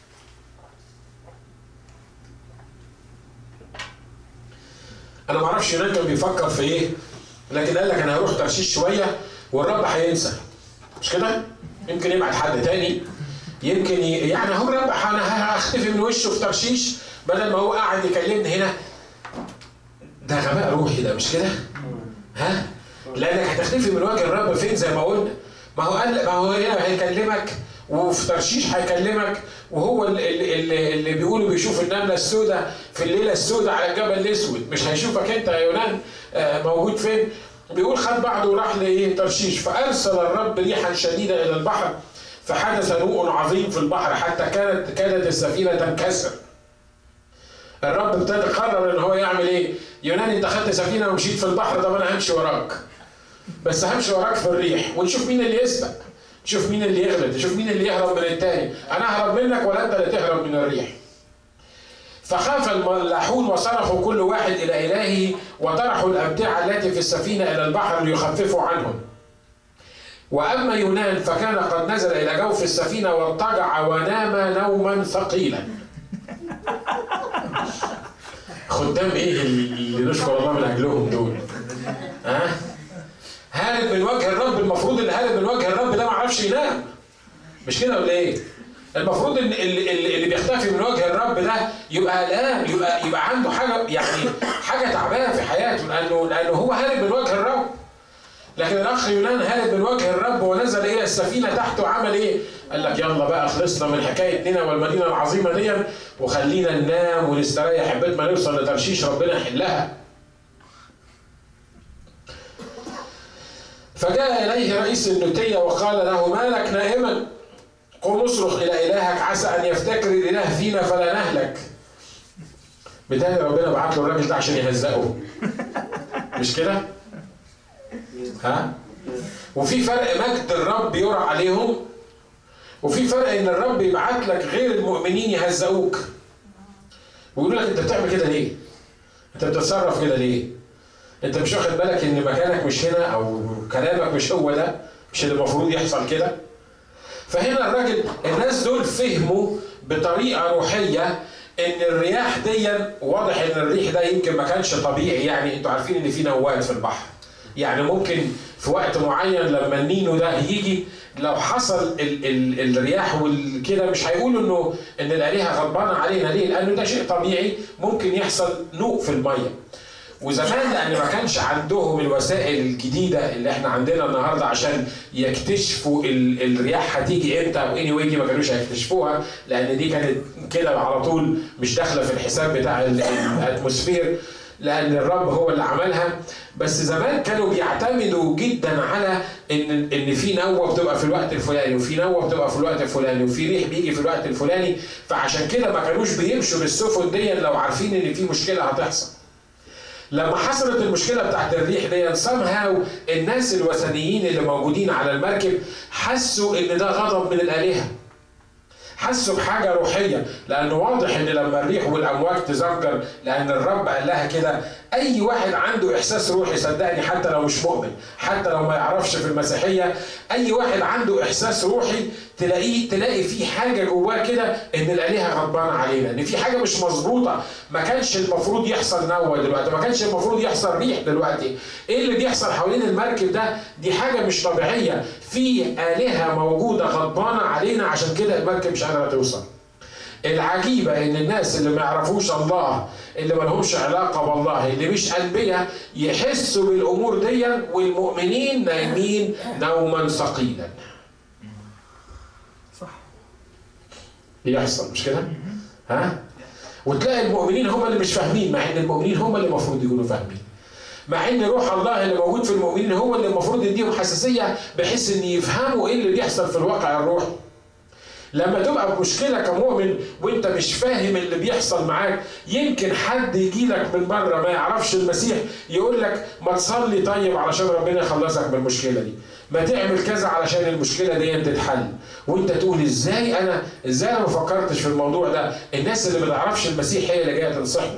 انا ما اعرفش يونان كان بيفكر في ايه، لكن قال لك انا هروح ترشيش شويه والرب هينسى، مش كده؟ يمكن يبعت حد تاني، يمكن يعني هو الرب انا هختفي من وشه في ترشيش بدل ما هو قاعد يكلمني هنا. ده غباء روحي ده، مش كده؟ ها؟ لانك هتختفي من وجه الرب فين زي ما قلنا؟ ما هو هنا هيكلمك وفي ترشيش هيكلمك، وهو اللي بيقولوا بيشوف النمله السوداء في الليله السوداء على الجبل الاسود، مش هيشوفك انت يا يونان موجود فين؟ بيقول خد بعضه وراح لترشيش فارسل الرب ريحا شديده الى البحر فحدث نوء عظيم في البحر حتى كادت السفينه تنكسر. الرب ابتدى قرر ان هو يعمل ايه؟ يونان انت خدت سفينه ومشيت في البحر، طب انا همشي وراك، بس همشي وراك في الريح ونشوف مين اللي يسبق، نشوف مين اللي يغلط، نشوف مين اللي يهرب من التاني، انا اهرب منك ولا انت اللي تهرب من الريح. فخاف الملاحون وصرخوا كل واحد الى الهه وطرحوا الامتعه التي في السفينه الى البحر ليخففوا عنهم. واما يونان فكان قد نزل الى جوف السفينه واضطجع ونام نوما ثقيلا. خدام ايه اللي نشكر الله من اجلهم دول؟ ها؟ هارب من وجه الرب. المفروض اللي هارب من وجه الرب ده ما عرفش ينام، مش كده ولا ايه؟ المفروض ان اللي بيختفي من وجه الرب ده يبقى قلقان، يبقى عنده حاجه، يعني حاجه تعبانه في حياته، لانه هو هارب من وجه الرب. لكن الاخ يونان هارب من وجه الرب ونزل الى السفينه تحته وعمل ايه؟ قال لك يلا بقى خلصنا من حكايه نينوى والمدينه العظيمه دي وخلينا ننام ونستريح لغايه ما نوصل لترشيش ربنا يحلها. فجاء اليه رئيس النوتيه وقال له ما لك نائما؟ قم اصرخ الى الهك عسى ان يفتكر الاله فينا فلا نهلك. بالتالي ربنا بعت له الراجل ده عشان يهزقه، مش كده؟ ها؟ وفي فرق مجد الرب يرى عليهم، وفي فرق ان الرب يبعت لك غير المؤمنين يهزقوك ويقولوا لك انت بتعمل كده ليه؟ انت بتتصرف كده ليه؟ انت مش واخد بالك ان مكانك مش هنا او كلامك مش هو ده، مش اللي المفروض يحصل كده؟ فهنا الراجل الناس دول فهموا بطريقه روحيه ان الرياح دي واضح ان الريح ده يمكن ما كانش طبيعي. يعني انتوا عارفين ان في نوات في البحر، يعني ممكن في وقت معين لما النينو ده يجي لو حصل الرياح والكده مش هيقولوا انه ان الالهه غضبانه علينا ليه؟ لانه ده شيء طبيعي ممكن يحصل نوء في الميه. وزمان لان ما كانش عندهم الوسائل الجديده اللي احنا عندنا النهارده عشان يكتشفوا الرياح هتيجي امتى او اني ويجي، ما كانوش هيكتشفوها لان دي كانت كده على طول مش داخله في الحساب بتاع الاتموسفير، لان الرب هو اللي عملها. بس زمان كانوا بيعتمدوا جدا على ان في نوه بتبقى في الوقت الفلاني وفي نوه بتبقى في الوقت الفلاني وفي ريح بيجي في الوقت الفلاني، فعشان كده ما كانوش بيمشوا بالسفن دي لو عارفين ان في مشكله هتحصل. لما حصلت المشكله بتاعت الريح دي somehow الناس الوثنيين اللي موجودين على المركب حسوا ان ده غضب من الالهه، حسوا بحاجه روحيه، لانه واضح ان لما الريح والامواج تزمجر لان الرب قال لها كده اي واحد عنده احساس روحي صدقني، حتى لو مش مؤمن، حتى لو ما يعرفش في المسيحيه، اي واحد عنده احساس روحي تلاقي في حاجه جواه كده ان الالهه غضبانه علينا، ان في حاجه مش مظبوطه. ما كانش المفروض يحصل نوى دلوقتي، ما كانش المفروض يحصل ريح دلوقتي. ايه اللي بيحصل حوالين المركب ده؟ دي حاجه مش طبيعيه، في الهه موجوده غضبانه علينا، عشان كده المركب مش قادره توصل. العجيبة ان الناس اللي ما يعرفوش الله، اللي ما لهمش علاقة بالله، اللي مش أنبياء، يحسوا بالأمور دي، والمؤمنين نايمين نوما ثقيلا. صح. بيحصل مش كده؟ ها؟ وتلاقي المؤمنين هم اللي مش فاهمين، مع ان المؤمنين هم اللي المفروض يكونوا فاهمين. مع ان روح الله اللي موجود في المؤمنين هو اللي المفروض يديهم حساسية بحيث ان يفهموا ايه اللي بيحصل في الواقع الروحي. لما تبقى بمشكلة كمؤمن وانت مش فاهم اللي بيحصل معاك، يمكن حد يجي لك من بره ما يعرفش المسيح يقول لك ما تصلي طيب علشان ربنا يخلصك من المشكلة دي، ما تعمل كذا علشان المشكلة دي تتحل، وانت تقول ازاي انا ما فكرتش في الموضوع ده. الناس اللي ما تعرفش المسيح هي اللي جايه تنصحنا.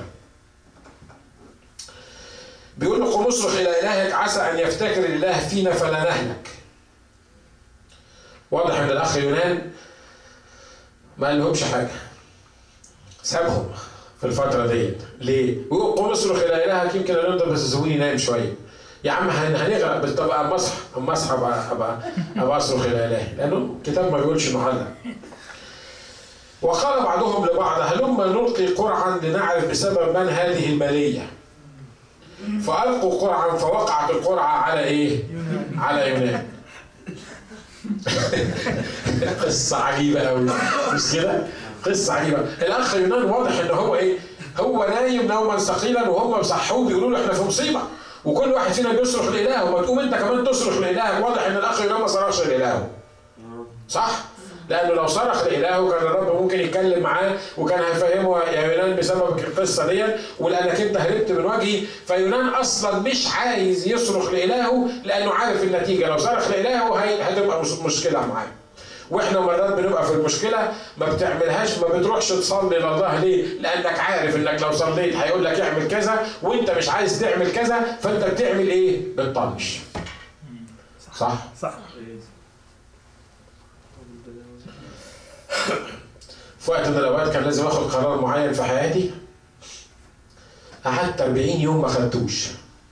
بيقول له قم اصرخ الى الهك عسى ان يفتكر الاله فينا فلا نهلك. واضح ان الاخ يونان ما قالهمش حاجه، سابهم في الفتره ديت. ليه؟ ويقول قم اصرخ الى الهك، يمكن نفضل بس سيبوني نايم شويه يا عم، هنغرق. بس طب اما اصحى ابقى اصرخ الى الهي، لانه الكتاب ما بيقولش انه هلك. وقال بعضهم لبعض هلما نلقي قرعا لنعرف بسبب من هذه البليه. فالقوا قرعا فوقعت القرعه على ايه؟ على يونان. قصه عجيبه قوي مش كده؟ قصه عجيبه. الاخ يونان واضح ان هو ايه؟ هو نايم نوما ثقيلا وهم بيصحوه بيقولوا له احنا في مصيبه، وكل واحد فينا بيصرخ لإلهه، وما تقوم انت كمان تصرخ لإلهك. واضح ان الاخ يونان ما صرخش لإلهه. صح؟ لانه لو صرخ لإلهه كان الرب ممكن يتكلم معاه وكان هيفهمه يا يونان بسبب القصه دي، ولانك انت هربت من وجهي. فيونان اصلا مش عايز يصرخ لإلهه لانه عارف النتيجه، لو صرخ لإلهه هتبقى مشكله معاه. واحنا مرات بنبقى في المشكله ما بتعملهاش، ما بتروحش تصلي لله. ليه؟ لانك عارف انك لو صليت هيقول لك اعمل كذا وانت مش عايز تعمل كذا، فانت بتعمل ايه؟ بتطنش. صح؟ صح. في وقت من الاوقات كان لازم اخد قرار معين في حياتي، قعدت 40 يوم ما خدتوش.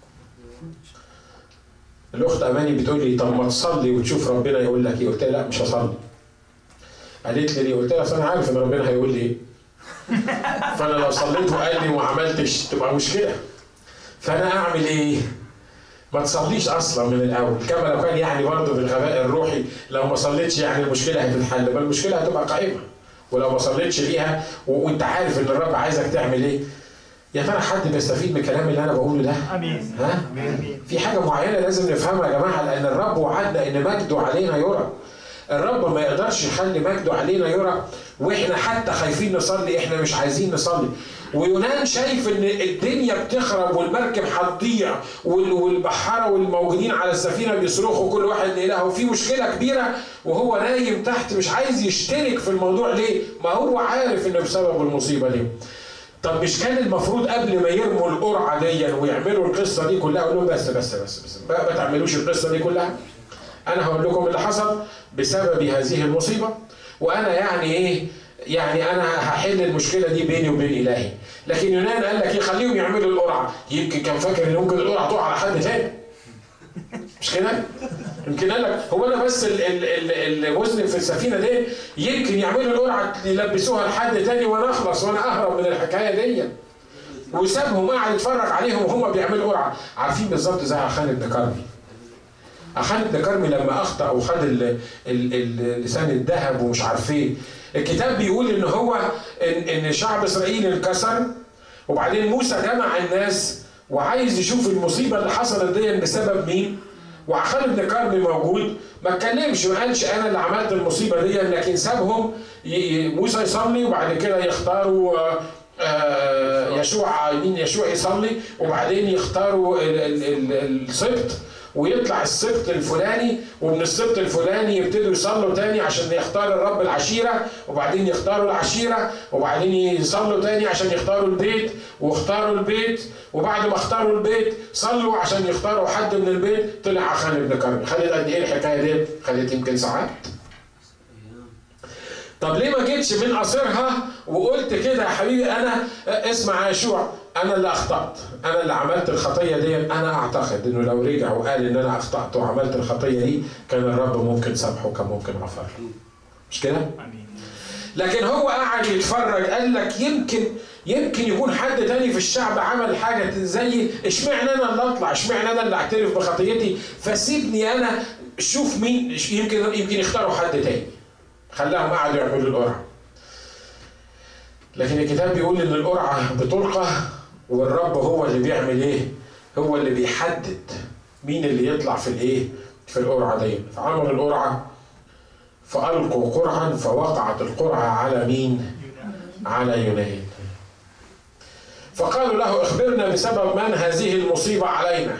الاخت اماني بتقول لي طب ما تصلي وتشوف ربنا يقول لك ايه. قلت لها لا مش هصلي. قالت لي ليه؟ قلت لها انا عارف ان ربنا هيقول لي ايه، فانا لو صليت وقال لي وما عملتش تبقى مشكله. فانا اعمل ايه؟ ما تصليش اصلا من الاول، كما لو كان يعني برضه بالغباء الروحي لو ما صليتش يعني المشكله هتتحل، بل المشكله هتبقى قائمه. ولو ما صليتش ليها وانت عارف ان الرب عايزك تعمل ايه. يا ترى حد بيستفيد من الكلام اللي انا بقوله ده؟ امين. ها؟ امين. في حاجه معينه لازم نفهمها يا جماعه، لان الرب وعدنا ان مجده علينا يرى. الرب ما يقدرش يخلي مجده علينا يرى واحنا حتى خايفين نصلي، احنا مش عايزين نصلي. ويونان شايف ان الدنيا بتخرب والمركب هتضيع والبحاره والموجودين على السفينه بيصرخوا كل واحد لإلهه وفي مشكله كبيره، وهو نايم تحت مش عايز يشترك في الموضوع. ليه؟ ما هو عارف انه بسبب المصيبه دي. طب مش كان المفروض قبل ما يرموا القرعه دي ويعملوا القصه دي كلها اقول لهم بس ما تعملوش القصه دي كلها. انا هقول لكم اللي حصل بسبب هذه المصيبه، وانا يعني ايه؟ يعني انا هحل المشكله دي بيني وبين الهي. لكن يونان قال لك ايه؟ خليهم يعملوا القرعه. يمكن كان فاكر ان ممكن القرعه تقع على حد تاني. مش كده؟ يمكن قال لك هو انا بس المذنب في السفينه دي، يمكن يعملوا القرعه يلبسوها لحد تاني وانا اخلص وانا اهرب من الحكايه دي. وسابهم قاعد يتفرج عليهم وهم بيعملوا قرعه. عارفين بالظبط زي اخان ابن كرمي. اخان ابن كرمي لما اخطا وخد لسان الذهب ومش عارف ايه، الكتاب بيقول ان هو ان شعب اسرائيل انكسر، وبعدين موسى جمع الناس وعايز يشوف المصيبه اللي حصلت دي بسبب مين. وأخان ابن كرمي موجود، ما اتكلمش، ما قالش انا اللي عملت المصيبه دي، لكن سابهم موسى يصلي وبعد كده يختاروا يشوع يصلي، وبعدين يختاروا السبط، ويطلع السبط الفلاني، ومن السبط الفلاني يبتدوا يصلوا تاني عشان يختار الرب العشيرة، وبعدين يختاروا العشيرة، وبعدين يصلوا تاني عشان يختاروا البيت، واختاروا البيت، وبعد ما اختاروا البيت صلوا عشان يختاروا حد من البيت. طلع عخان بن كرمي. خدت قد ايه الحكاية دي؟ خدت يمكن ساعات. طب ليه ما جيتش من قصرها وقلت كده يا حبيبي انا اسمع يا يشوع، انا اللي اخطأت، انا اللي عملت الخطية دي. انا اعتقد انه لو رجع وقال ان انا اخطأت وعملت الخطية دي كان الرب ممكن سامحه وكان ممكن غفر له. مش كده؟ لكن هو قاعد يتفرج، قال لك يمكن يكون حد تاني في الشعب عمل حاجة زي، اشمعنى انا اللي اطلع، اشمعنى انا اللي اعترف بخطيتي، فسيبني انا شوف مين، يمكن يختاروا حد تاني. خلاهم قعدوا يعملوا القرعة. لكن الكتاب بيقول ان القرعة بتلقى والرب هو اللي بيعمل ايه؟ هو اللي بيحدد مين اللي يطلع في الايه؟ في القرعة دي. فعمل القرعة فألقوا قرعا فوقعت القرعة على مين؟ على يونان. فقالوا له اخبرنا بسبب من هذه المصيبة علينا.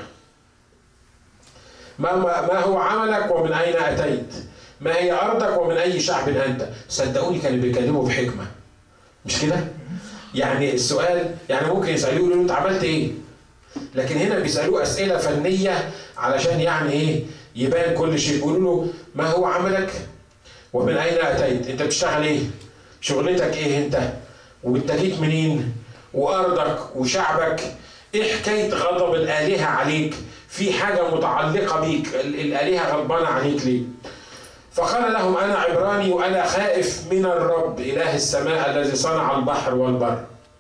ما هو عملك ومن أين أتيت؟ ما هي أرضك ومن أي شعب أنت؟ صدقوني كانوا بيكلموا بحكمة. مش كده؟ يعني السؤال يعني ممكن يسألوه يقولوا له أنت عملت إيه؟ لكن هنا بيسألوه أسئلة فنية علشان يعني إيه؟ يبان كل شيء. بيقولوا له ما هو عملك ومن أين أتيت؟ أنت بتشتغل إيه؟ شغلتك إيه أنت؟ وأنت جيت منين؟ وأرضك وشعبك؟ إيه حكاية غضب الآلهة عليك؟ في حاجة متعلقة بيك، الآلهة غضبانة عليك ليه؟ فقال لهم أنا عبراني وأنا خائف من الرب إله السماء الذي صنع البحر والبر.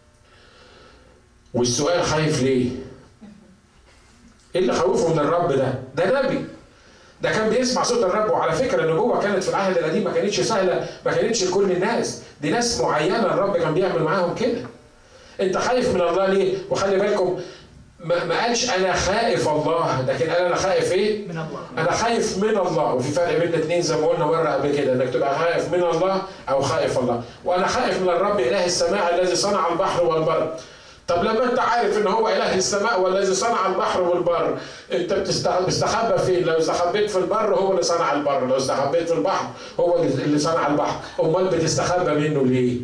والسؤال خايف ليه؟ إيه اللي خوفه من الرب ده؟ ده نبي. ده كان بيسمع صوت الرب. وعلى فكرة النبوة كانت في العهد القديم ما كانتش سهلة، ما كانتش لكل الناس، دي ناس معينة الرب كان بيعمل معاهم كده. أنت خايف من الله ليه؟ وخلي بالكم ما قالش أنا خائف الله، لكن قال أنا خائف إيه؟ من الله. أنا خايف من الله. وفي فرق بين الاثنين زي ما قلنا مرة قبل كده، إنك تبقى خائف من الله أو خائف الله. وأنا خائف من الرب إله السماء الذي صنع البحر والبر. طب لما أنت عارف إن هو إله السماء والذي صنع البحر والبر، أنت بتستخبى فين؟ لو استخبيت في البر هو اللي صنع البر، لو استخبيت في البحر هو اللي صنع البحر، أمال بتستخبى منه ليه؟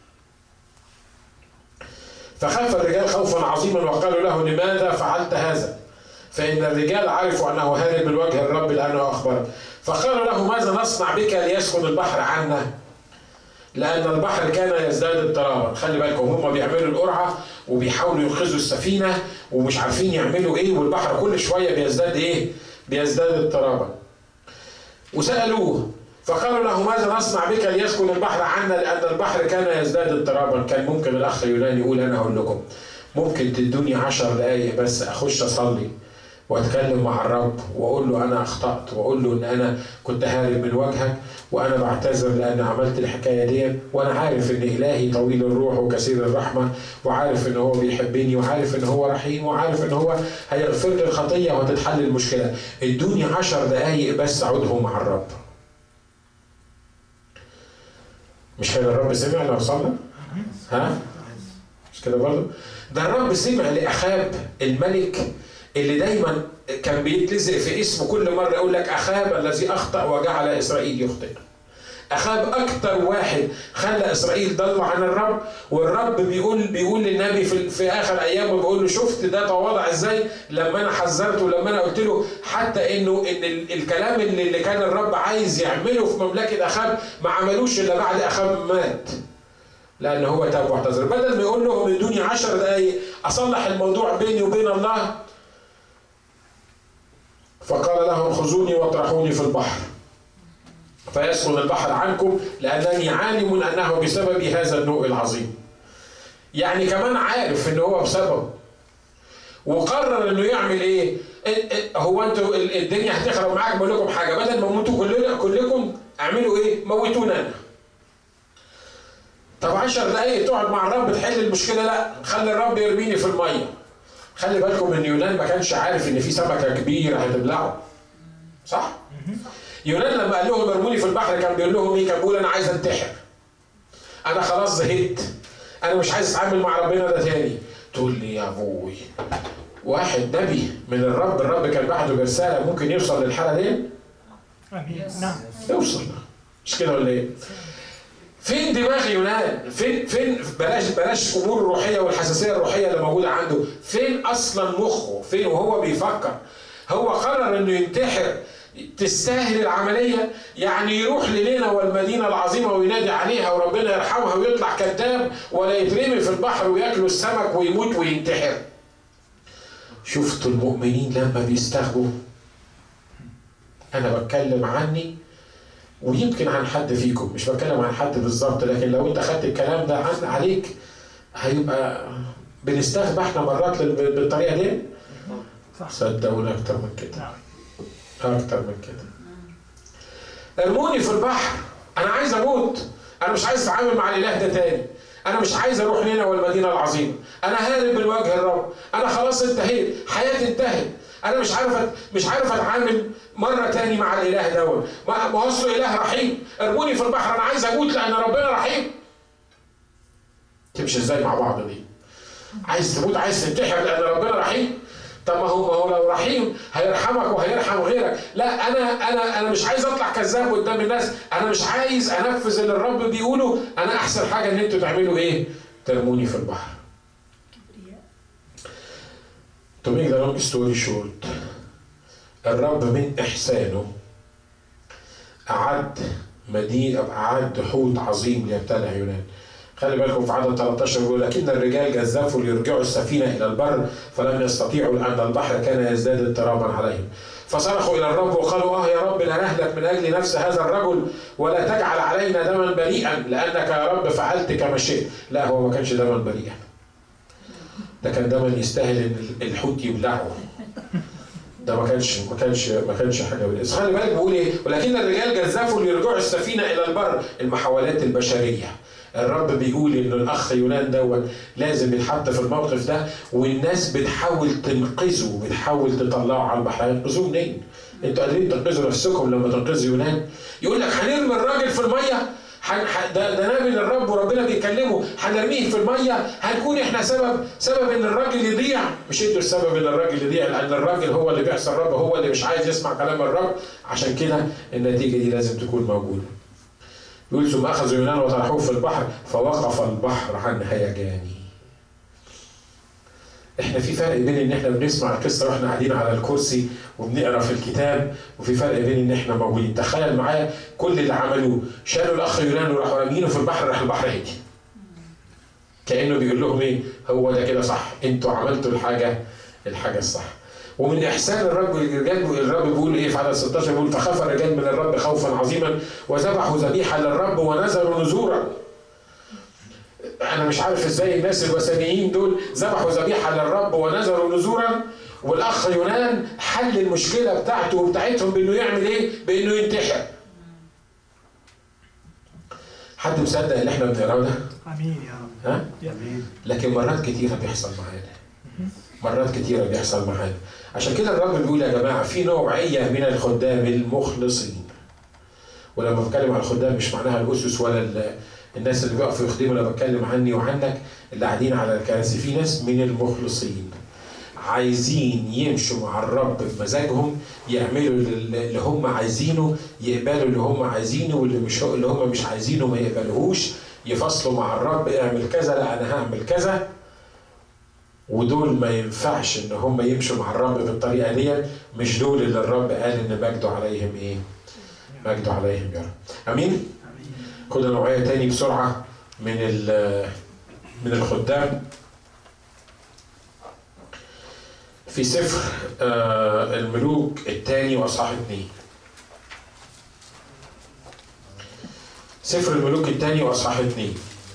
فخاف الرجال خوفا عظيما وقالوا له لماذا فعلت هذا؟ فإن الرجال عرفوا أنه هارب من وجه الرب لأنه أخبر. فقالوا له ماذا نصنع بك ليسكن البحر عنا؟ لأن البحر كان يزداد اضطرابا. خلي بالكم هم بيعملوا القرعة وبيحاولوا ينقذوا السفينة ومش عارفين يعملوا إيه، والبحر كل شوية بيزداد إيه؟ بيزداد اضطرابا. وسألوه فقالوا له ماذا نصنع بك ليسكن البحر عنا؟ لأن البحر كان يزداد اضطرابا. كان ممكن الأخ يونان يقول أنا هقول لكم ممكن تدوني 10 دقايق بس أخش أصلي وأتكلم مع الرب وأقول له أنا أخطأت، وأقول له إن أنا كنت هارب من وجهك وأنا بعتذر لأن عملت الحكاية دي، وأنا عارف إن إلهي طويل الروح وكثير الرحمة، وعارف إن هو بيحبني، وعارف إن هو رحيم، وعارف إن هو هيغفر لي الخطية وهتتحل المشكلة. ادوني 10 دقايق بس أقعدهم مع الرب. مش كده الرب سمع لو صلى؟ ها؟ مش كده برضه؟ ده الرب سمع لأخاب الملك اللي دايما كان بيتلزق في اسمه كل مرة يقول لك أخاب الذي أخطأ وجعل إسرائيل يخطئ. أخاب أكتر واحد خلى إسرائيل ضلوا عن الرب، والرب بيقول للنبي في آخر أيامه بيقول له شفت ده تواضع إزاي لما أنا حذرته ولما أنا قلت له حتى إن الكلام اللي كان الرب عايز يعمله في مملكة أخاب ما عملوش إلا بعد أخاب مات، لأن هو تاب واعتذر. بدل ما يقول لهم ادوني 10 دقايق أصلح الموضوع بيني وبين الله، فقال لهم خذوني واطرحوني في البحر فيسكن البحر عنكم لأنني عالم أنه بسبب هذا النوء العظيم. يعني كمان عارف إن هو بسبب، وقرر إنه يعمل إيه؟ هو أنتوا الدنيا هتخرب معاك، بقول لكم حاجة، بدل ما موتوا كلكم اعملوا إيه؟ موتونا أنا. طب 10 دقايق تقعد مع الرب تحل المشكلة؟ لا، خلي الرب يرميني في المية. خلي بالكم إن يونان ما كانش عارف إن في سمكة كبيرة هتبلعه. صح؟ يونان لما قال لهم ارموني في البحر كان بيقول لهم ايه؟ كان بيقول انا عايز انتحر، انا خلاص زهقت، انا مش عايز اتعامل مع ربنا ده تاني. تقول لي يا ابوي واحد نبي من الرب كان بعده برسالة ممكن يوصل للحالة دي؟ امين. نعم يوصل، مش كده ولا ايه؟ فين دماغ يونان؟ فين بلاش امور الروحيه والحساسيه الروحيه اللي موجوده عنده، فين اصلا مخه؟ فين وهو بيفكر؟ هو قرر انه ينتحر. تستاهل العمليه؟ يعني يروح لنينوى والمدينه العظيمه وينادي عليها وربنا يرحمها ويطلع كذاب، ولا يترمي في البحر وياكلوا السمك ويموت وينتحر؟ شفتوا المؤمنين لما بيستغبوا؟ انا بتكلم عني ويمكن عن حد فيكم، مش بتكلم عن حد بالظبط، لكن لو انت خدت الكلام ده عليك هيبقى بنستغبى احنا مرات بالطريقه دي. صدقوني اكتر من كده، اكتر من كده. ارموني في البحر، انا عايز اموت، انا مش عايز اتعامل مع الاله ده تاني، انا مش عايز اروح نينوى والمدينه العظيمه، انا هارب من وجه الرب، انا خلاص انتهيت، حياتي انتهت، انا مش عارف اتعامل مره تاني مع الاله دوت، ما هو اصله اله رحيم، ارموني في البحر، انا عايز اموت لان ربنا رحيم. تمشي ازاي مع بعض دي؟ عايز تموت، عايز تنتحر لان ربنا رحيم؟ طب ما هو لو رحيم هيرحمك وهيرحم غيرك. لا، انا مش عايز اطلع كذاب قدام الناس، انا مش عايز انفذ اللي الرب بيقوله، انا احسن حاجه ان انتوا تعملوا ايه؟ ترموني في البحر. To make the long story short، الرب من إحسانه أعد حوت عظيم ليبتلع يونان. خلي بالكم في عدد 13 يقول: لكن الرجال جزفوا ليرجعوا السفينة إلى البر فلم يستطيعوا لأن البحر كان يزداد اضطرابا عليهم. فصرخوا إلى الرب وقالوا: يا رب لا نهلك من أجل نفس هذا الرجل، ولا تجعل علينا دما بريئا، لأنك يا رب فعلت كما شئت. لا، هو ما كانش دما بريئا، ده كان دما يستاهل ان الحوت يبلعه. ده ما كانش حاجه بس. خلي بالك بيقول ايه؟ ولكن الرجال جزفوا ليرجعوا السفينه الى البر. المحاولات البشريه. الرب بيقول ان الاخ يونان دوت لازم يتحط في الموقف ده، والناس بتحاول تنقذه، بتحاول تطلعه على البحر. هينقذوه منين؟ انتوا قادرين تنقذوا نفسكم لما تنقذوا يونان؟ يقول لك هنرمي الراجل في الميه، ده نبي للرب وربنا بيكلمه، هنرميه في الميه، هنكون احنا سبب ان الراجل يضيع. مش انتوا السبب ان الراجل يضيع، لان الراجل هو اللي بيعصى الرب، هو اللي مش عايز يسمع كلام الرب. عشان كده النتيجه دي لازم تكون موجوده. يقول: ثم اخذوا يونان وطرحوه في البحر فوقف البحر عن هيجانه. احنا في فرق بين ان احنا بنسمع القصه واحنا قاعدين على الكرسي وبنقرا في الكتاب، وفي فرق بين ان احنا موجودين. تخيل معايا كل اللي عملوه، شالوا الاخ يونان وراحوا رامينه في البحر، راح البحر هدي. كانه بيقول لهم ايه؟ هو ده كده صح، انتوا عملتوا الحاجه الصح. ومن احسان الرب بيقول ايه في عدد 16؟ بيقول: فخاف الرجال من الرب خوفا عظيما وذبحوا ذبيحه للرب ونذروا نذورا. انا مش عارف ازاي الناس الوثنيين دول ذبحوا ذبيحه للرب ونذروا نذورا، والاخ يونان حل المشكله بتاعته وبتاعتهم بانه يعمل ايه؟ بانه ينتحر. حد مصدق اللي احنا بنقراه ده؟ امين يا رب. ها؟ امين. لكن مرات كتيره بيحصل معانا، عشان كده الرب بيقول: يا جماعه في نوعيه من الخدام المخلصين. ولما بتكلم على الخدام مش معناها الاسس ولا الناس اللي بيقفوا يخدموا، انا بتكلم عني وعنك اللي قاعدين على الكراسي. في ناس من المخلصين عايزين يمشوا مع الرب بمزاجهم، يعملوا اللي هم عايزينه، يقبلوا اللي هم عايزينه، اللي هم مش عايزينه ما يقبلوهوش، يفصلوا مع الرب: اعمل كذا، لا انا هعمل كذا. ودول ما ينفعش ان هم يمشوا مع الرب بالطريقه دي. مش دول اللي الرب قال ان مجده عليهم ايه؟ مجده عليهم يا رب. امين. خد نوعيه تاني بسرعه من الخدام في سفر الملوك الثاني واصحاح 2. سفر الملوك الثاني واصحاح 2.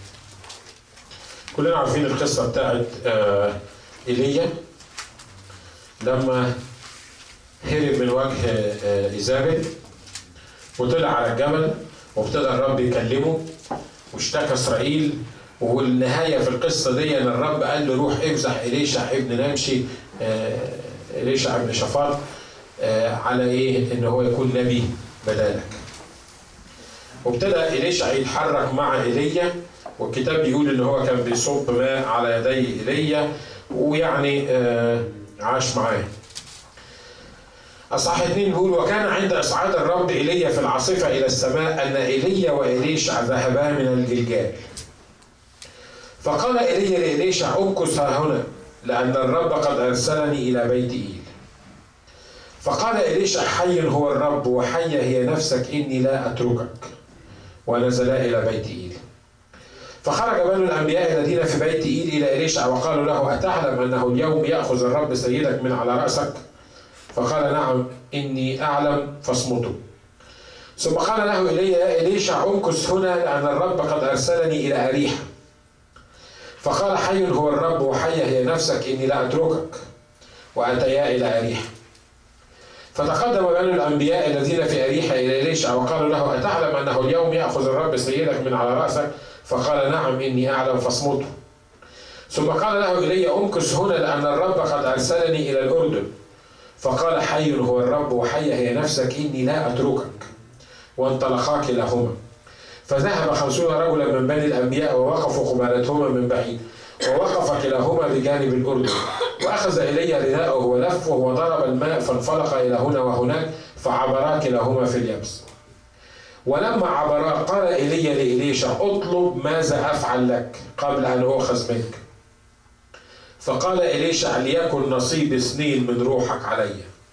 كلنا عارفين القصه بتاعت ايليا لما هرب من وجه ايزابل وطلع على الجبل، وابتدى الرب يكلمه واشتكى اسرائيل. والنهايه في القصه دي ان الرب قال له: روح امزح إليشع ابن نمشي، إليشع ابن شفاط، على ايه؟ ان هو يكون نبي بدالك. وابتدى إليشع يتحرك مع ايليا، والكتاب بيقول ان هو كان بيصب ماء على يدي ايليا، ويعني عاش معاه. أصحاح 2 بيقول: وكان عند إصعاد الرب إيليا في العاصفة إلى السماء أن إيليا وإليشع ذهبا من الجلجال. فقال إيليا لإليشع: امكث ها هنا لأن الرب قد أرسلني إلى بيت إيل. فقال إليشع: حي هو الرب وحي هي نفسك إني لا أتركك. ونزلا إلى بيت إيل. فخرج بنو الأنبياء الذين في بيت إيل إلى إليشع وقالوا له: أتعلم أنه اليوم يأخذ الرب سيدك من على رأسك؟ فقال: نعم إني أعلم، فاصمتوا. ثم قال له إليشع: امكث هنا لأن الرب قد أرسلني إلى أريحة. فقال: حي هو الرب وحي هي نفسك إني لا أتركك. وأتيا إلى أريحة. فتقدم بنو الأنبياء الذين في أريحة إلى إليشع وقالوا له: أتعلم أنه اليوم يأخذ الرب سيدك من على رأسك؟ فقال: نعم إني أعلم، فاصمتوا. ثم قال له إيليا: امكث هنا لأن الرب قد أرسلني إلى الأردن. فقال: حي هو الرب وحي هي نفسك إني لا أتركك. وانطلقا كلاهما. فذهب 50 رجلا من بني الأنبياء ووقفوا قبالتهما من بعيد، ووقف كلاهما بجانب الأردن. وأخذ إيليا رداءه ولفه وضرب الماء فانفلق إلى هنا وهناك، فعبرا كلاهما في اليبس. ولما عبرا قال إيليا لإليشع: اطلب ماذا أفعل لك قبل أن أؤخذ منك. فقال إليشع: ليكن نصيب 2 من روحك علي.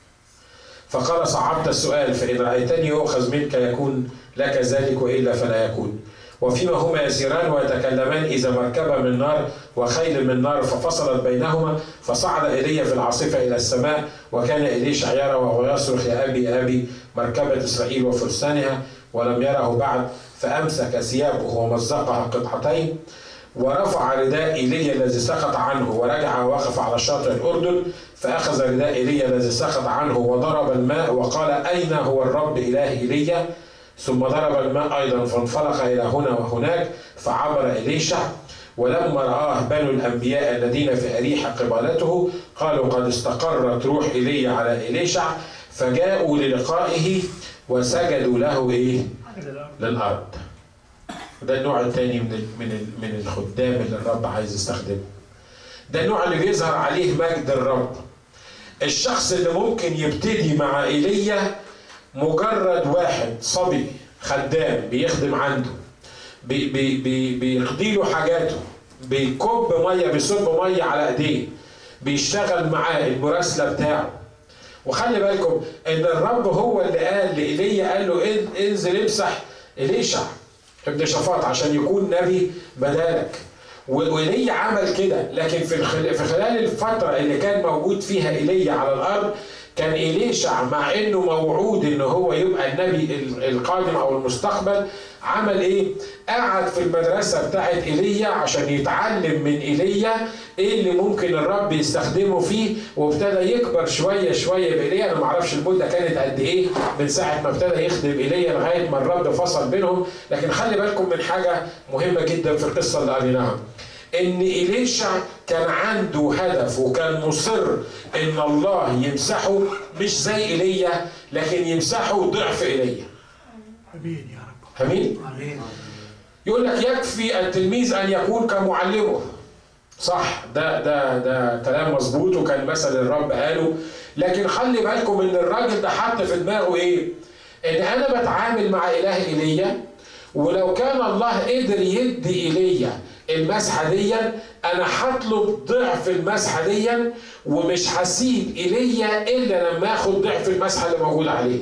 فقال: صعبت السؤال، فإن رأيتني أؤخذ منك يكون لك ذلك، وإلا فلا يكون. وفيما هما يسيران ويتكلمان إذا مركبة من نار وخيل من نار ففصلت بينهما، فصعد إيليا في العاصفة إلى السماء، وكان إليشع يرى وهو يصرخ: يا أبي يا أبي، مركبة إسرائيل وفرسانها، ولم يره بعد. فأمسك ثيابه ومزقها قطعتين، ورفع رداء إيليا الذي سقط عنه، ورجع ووقف على شاطئ الأردن. فأخذ رداء إيليا الذي سقط عنه وضرب الماء وقال: أين هو الرب إله إيليا؟ ثم ضرب الماء أيضا فانفلق إلى هنا وهناك، فعبر إليشع. ولما رآه بنو الأنبياء الذين في أريحة قبالته قالوا: قد استقرت روح إيليا على إليشع. فجاءوا للقائه وسجدوا له للأرض. ده النوع الثاني من الخدام اللي الرب عايز يستخدمه. ده النوع اللي بيظهر عليه مجد الرب. الشخص اللي ممكن يبتدي مع إيليا مجرد واحد صبي خدام بيخدم عنده، بيقضي له حاجاته، بيكب ميه، بيصب ميه على ايديه، بيشتغل معاه المراسله بتاعه. وخلي بالكم ان الرب هو اللي قال لإيليا، قال له: انزل امسح إليشع ابن شفاط عشان يكون نبي بدالك. وإيليا عمل كده. لكن في خلال الفتره اللي كان موجود فيها إيليا على الارض، كان إليشع مع انه موعود ان هو يبقى النبي القادم او المستقبل، عمل ايه؟ قعد في المدرسه بتاعت ايليا عشان يتعلم من ايليا ايه اللي ممكن الرب يستخدمه فيه، وابتدى يكبر شويه شويه بايليا. انا ما اعرفش المده كانت قد ايه من ساعه ما ابتدى يخدم ايليا لغايه ما الرب فصل بينهم. لكن خلي بالكم من حاجه مهمه جدا في القصه اللي قريناها، ان إليشع كان عنده هدف وكان مصر ان الله يمسحه، مش زي ايليا، لكن يمسحه ضعف ايليا. امين يا رب. امين. يقول لك يكفي التلميذ ان يكون كمعلمه. صح، ده كلام مظبوط، وكان مثل الرب قاله. لكن خلي بالكم ان الراجل ده حط في دماغه ايه؟ ان انا بتعامل مع اله ايليا، ولو كان الله قدر يدي ايليا المسحه دي، انا هطلب ضعف المسحه دي، ومش هسيب ايليا الا لما اخد ضعف المسحه اللي موجود عليه.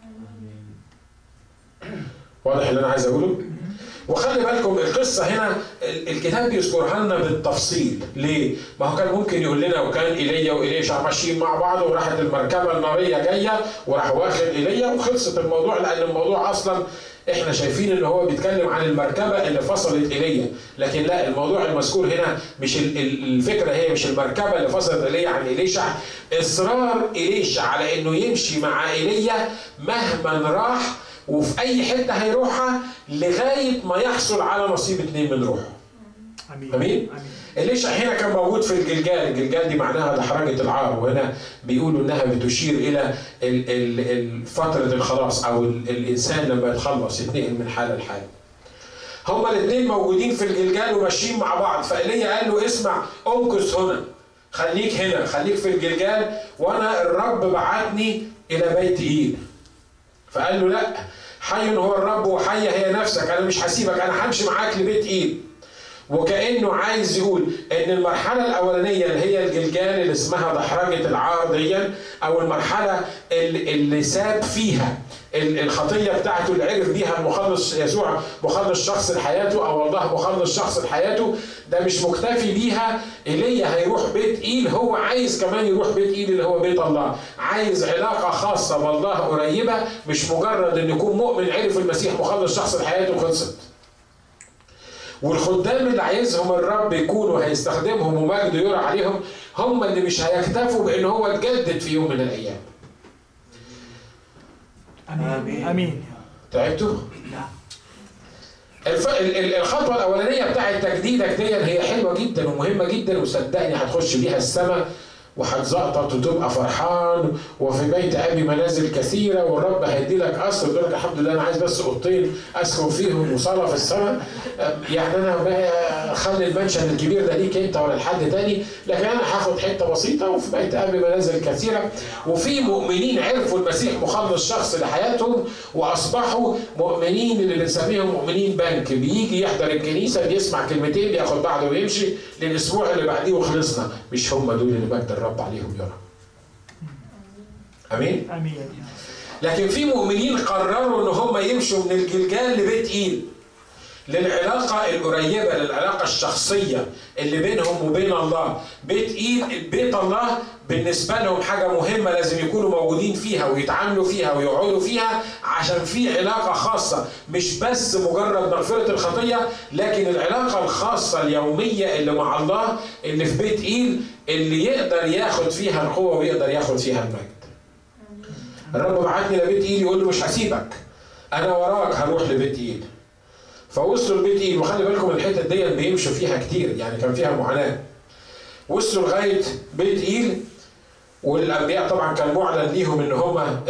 واضح اللي انا عايز اقوله؟ وخلي بالكم القصه هنا الكتاب بيذكرها لنا بالتفصيل. ليه؟ ما هو كان ممكن يقول لنا وكان ايليا وإليشع ماشيين مع بعض، وراحت المركبه الناريه جايه وراح واخد ايليا وخلصت الموضوع، لان الموضوع اصلا احنا شايفين ان هو بيتكلم عن المركبه اللي فصلت ايليا. لكن لا، الموضوع المذكور هنا مش الفكره، هي مش المركبه اللي فصلت ايليا عن إليشع. اصرار إليشع على انه يمشي مع ايليا مهما راح وفي اي حته هيروحها لغايه ما يحصل على نصيب 2 من روحه. امين. إليشع هنا كان موجود في الجلجال. الجلجال دي معناها دحرجة العار، وهنا بيقولوا انها بتشير الى فترة الخلاص، او الانسان لما يتخلص يتنقل من حالة لحالة. هما الاثنين موجودين في الجلجال وماشيين مع بعض. فإيليا قال له: اسمع، امكث هنا خليك هنا، خليك في الجلجال، وانا الرب بعتني الى بيت ايل. فقال له لا، حي هو الرب وحية هي نفسك، انا مش هسيبك، انا همشي معاك لبيت ايل. وكأنه عايز يقول ان المرحلة الاولانية اللي هي الجلجال اللي اسمها دحرجة العار ديا، او المرحلة اللي ساب فيها الخطية بتاعته اللي عرف بيها المخلص يسوع مخلص شخص لحياته، او الله مخلص شخص لحياته، ده مش مكتفي بيها. ايليا هيروح بيت ايل، هو عايز كمان يروح بيت ايل اللي هو بيت الله، عايز علاقة خاصة بالله قريبة، مش مجرد ان يكون مؤمن عرف المسيح مخلص شخص لحياته خلصت. والخدام اللي عايزهم الرب يكونوا هيستخدمهم ومجده يرى عليهم، هم اللي مش هيكتفوا بان هو اتجدد في يوم من الايام. امين امين. تعبتوا؟ الخطوه الاولانيه بتاعت تجديدك دي هي حلوه جدا ومهمه جدا، وصدقني هتخش بيها السماء وهتزقطط وتبقى فرحان، وفي بيت ابي منازل كثيره، والرب هيدي لك قصر تقول لك الحمد لله انا عايز بس اوضتين اسكن فيهم وصاله في السماء، يعني انا خلي المنشن الكبير ده ليك انت ولا لحد تاني، لكن انا هاخد حته بسيطه وفي بيت ابي منازل كثيره. وفي مؤمنين عرفوا المسيح مخلص شخص لحياتهم واصبحوا مؤمنين اللي بنسميهم مؤمنين بنك، بيجي يحضر الكنيسه بيسمع كلمتين بياخد بعضه ويمشي للاسبوع اللي بعديه وخلصنا. مش هم دول اللي مجد الرب عليهم يرى. امين؟ امين. لكن في مؤمنين قرروا ان هم يمشوا من الجلجال لبيت ايل، للعلاقه القريبه، للعلاقه الشخصيه اللي بينهم وبين الله. بيت ايل، بيت الله بالنسبه لهم حاجه مهمه لازم يكونوا موجودين فيها ويتعاملوا فيها ويقعدوا فيها، عشان في علاقه خاصه، مش بس مجرد مغفره الخطيه، لكن العلاقه الخاصه اليوميه اللي مع الله اللي في بيت ايل، اللي يقدر ياخد فيها القوه ويقدر ياخد فيها المجد. الرب بعتني لبيت ايل يقول له مش هسيبك، انا وراك هروح لبيت ايل. فوصلوا لبيت ايل، وخلي بالكم الحتت دي بيمشوا فيها كتير، يعني كان فيها معاناه. وصلوا لغايه بيت ايل، والانبياء طبعا كان معلن ليهم ان هما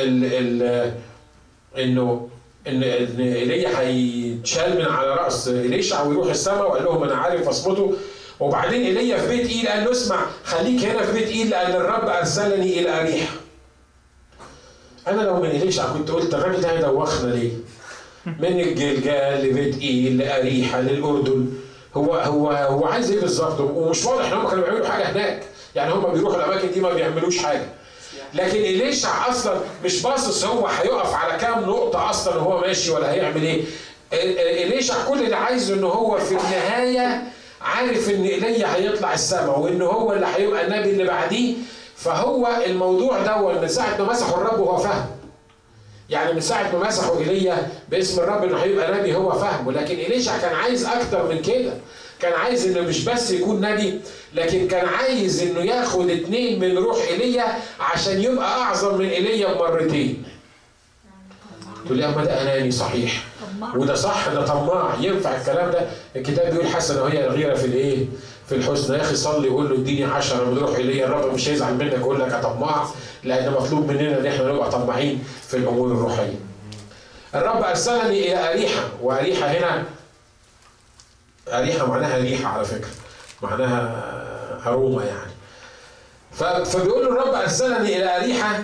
انه ان ايليا هيتشال من على راس اليشع ويروح السماء، وقال لهم انا عارف اصمته. وبعدين ايليا في بيت ايل قال له اسمع، خليك هنا في بيت ايل لان الرب ارسلني الى اريحا. انا لو من اليشع كنت قلت الراجل ده هيدوخنا ليه؟ من الجلجال لبيت ايل لاريحا للاردن، هو عايز ايه بالظبط؟ ومش واضح ان هم كانوا بيعملوا حاجه هناك، يعني هم بيروحوا الاماكن دي ما بيعملوش حاجه. لكن إليشع اصلا مش باصص هو هيقف على كام نقطه اصلا وهو ماشي ولا هيعمل ايه. إليشع كل اللي عايزه ان هو في النهايه عارف ان ايليا هيطلع السماء وان هو اللي هيبقى النبي اللي بعديه. فهو الموضوع ده من ساعه ما مسحوا الرب وهو فاهم، يعني من ساعه ما مسحوا ايليا باسم الرب انه هيبقى نبي هو فاهمه. لكن إليشع كان عايز اكتر من كده، كان عايز انه مش بس يكون نبي، لكن كان عايز انه ياخد 2 من روح ايليا عشان يبقى اعظم من ايليا بمرتين. تقول لي اما ده اناني صحيح، وده صح، ده طماع، ينفع الكلام ده؟ الكتاب بيقول حسنه وهي الغيره في الايه؟ في الحسنى. يا اخي صلي وقول له اديني 10 من روح ايليا، الرب مش هيزعل منك يقول لك يا طماع، لان مطلوب مننا ان احنا نبقى طماعين في الامور الروحيه. الرب ارسلني الى اريحا، واريحا هنا اريحا معناها ريحه على فكره، معناها اروما يعني. فبيقول له الرب ارسلني الى اريحا،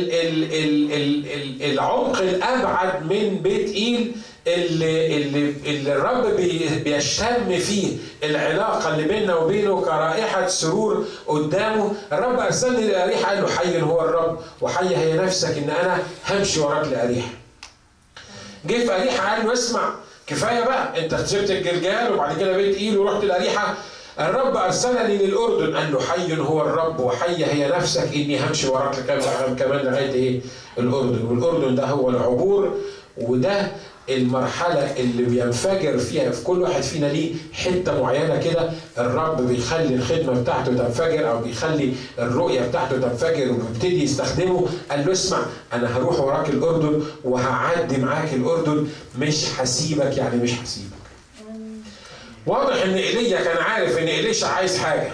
العمق الابعد من بيت ايل اللي الرب بيشتم فيه العلاقه اللي بيننا وبينه كرائحه سرور قدامه. الرب ارسلني الى اريحا، قال له حي هو الرب وحي هي نفسك ان انا همشي وراك لاريحا. جه في اريحا قال له اسمع كفايه بقى، انت سبت الجلجال وبعد كده بيت ايل ورحت لاريحا، الرب ارسلني للاردن. قال له حي هو الرب وحي هي نفسك اني همشي وراك كمان لغايه ايه؟ الاردن. والاردن ده هو العبور، وده المرحله اللي بينفجر فيها في كل واحد فينا ليه حته معينه كده، الرب بيخلي الخدمه بتاعته تنفجر او بيخلي الرؤيه بتاعته تنفجر وبيبتدي يستخدمه. قال له اسمع انا هروح وراك الاردن وهعدي معاك الاردن، مش هسيبك، يعني مش هسيبك. واضح ان ايليا كان عارف ان إليشع عايز حاجه،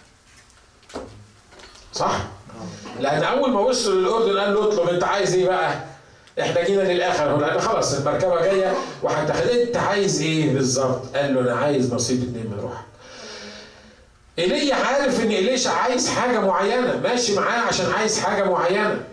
صح؟ لان اول ما وصل للاردن قال له اطلب انت عايز ايه بقى؟ احنا جينا للاخر، لان خلاص المركبه جايه وهتاخد، انت عايز ايه بالظبط؟ قال له انا عايز نصيب 2 من روحك. ايليا عارف ان إليشا عايز حاجه معينه، ماشي معاه عشان عايز حاجه معينه.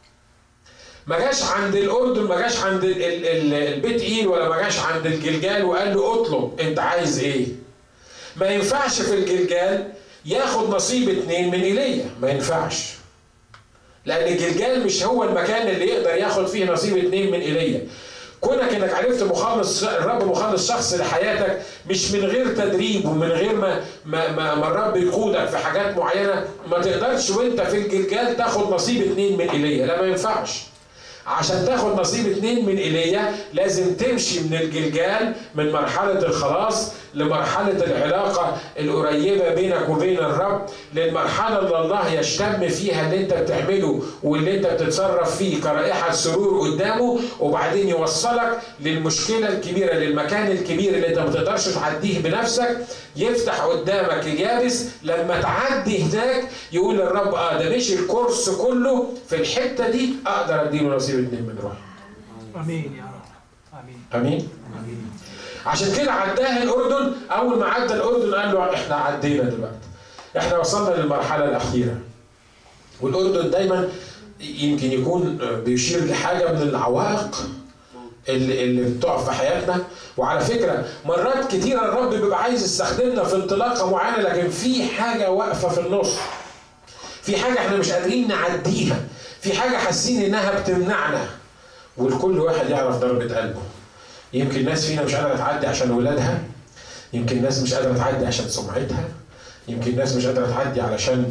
ما جاش عند الاردن، ما جاش عند البيت ايل، ولا ما جاش عند الجلجال وقال له اطلب انت عايز ايه. ما ينفعش في الجلجال ياخد نصيب 2 من إيليا، ما ينفعش، لان الجلجال مش هو المكان اللي يقدر ياخد فيه نصيب 2 من إيليا. كونك انك عرفت مخلص الرب، مخلص شخص لحياتك، مش من غير تدريب ومن غير ما الرب يقودك في حاجات معينه، ما تقدرش وانت في الجلجال تاخد نصيب 2 من إيليا، لا ما ينفعش. عشان تاخد نصيب 2 من إيليا لازم تمشي من الجلجال، من مرحلة الخلاص لمرحلة العلاقة القريبة بينك وبين الرب، للمرحلة اللي الله يشتم فيها اللي انت بتعمله واللي انت بتتصرف فيه كرائحة سرور قدامه، وبعدين يوصلك للمشكلة الكبيرة، للمكان الكبير اللي انت ما تقدرش تعديه بنفسك، يفتح قدامك اليابس. لما تعدي هناك يقول الرب ده مش الكورس كله في الحتة دي، اقدر اديله نصيب 2 من روحي. امين يا رب. امين امين. عشان كده عداه الاردن. اول ما عدى الاردن قال له احنا عدينا دلوقتي، احنا وصلنا للمرحله الاخيره. والاردن دايما يمكن يكون بيشير لحاجه من العوائق اللي بتقف في حياتنا. وعلى فكره مرات كتيره الرب بيبقى عايز يستخدمنا في انطلاقه معينه، لكن في حاجه واقفه في النص، في حاجه احنا مش قادرين نعديها، في حاجه حاسين انها بتمنعنا. والكل واحد يعرف ضربه قلبه. يمكن ناس فينا مش قادرة تعدي عشان ولادها، يمكن ناس مش قادرة تعدي عشان سمعتها، يمكن ناس مش قادرة تعدي علشان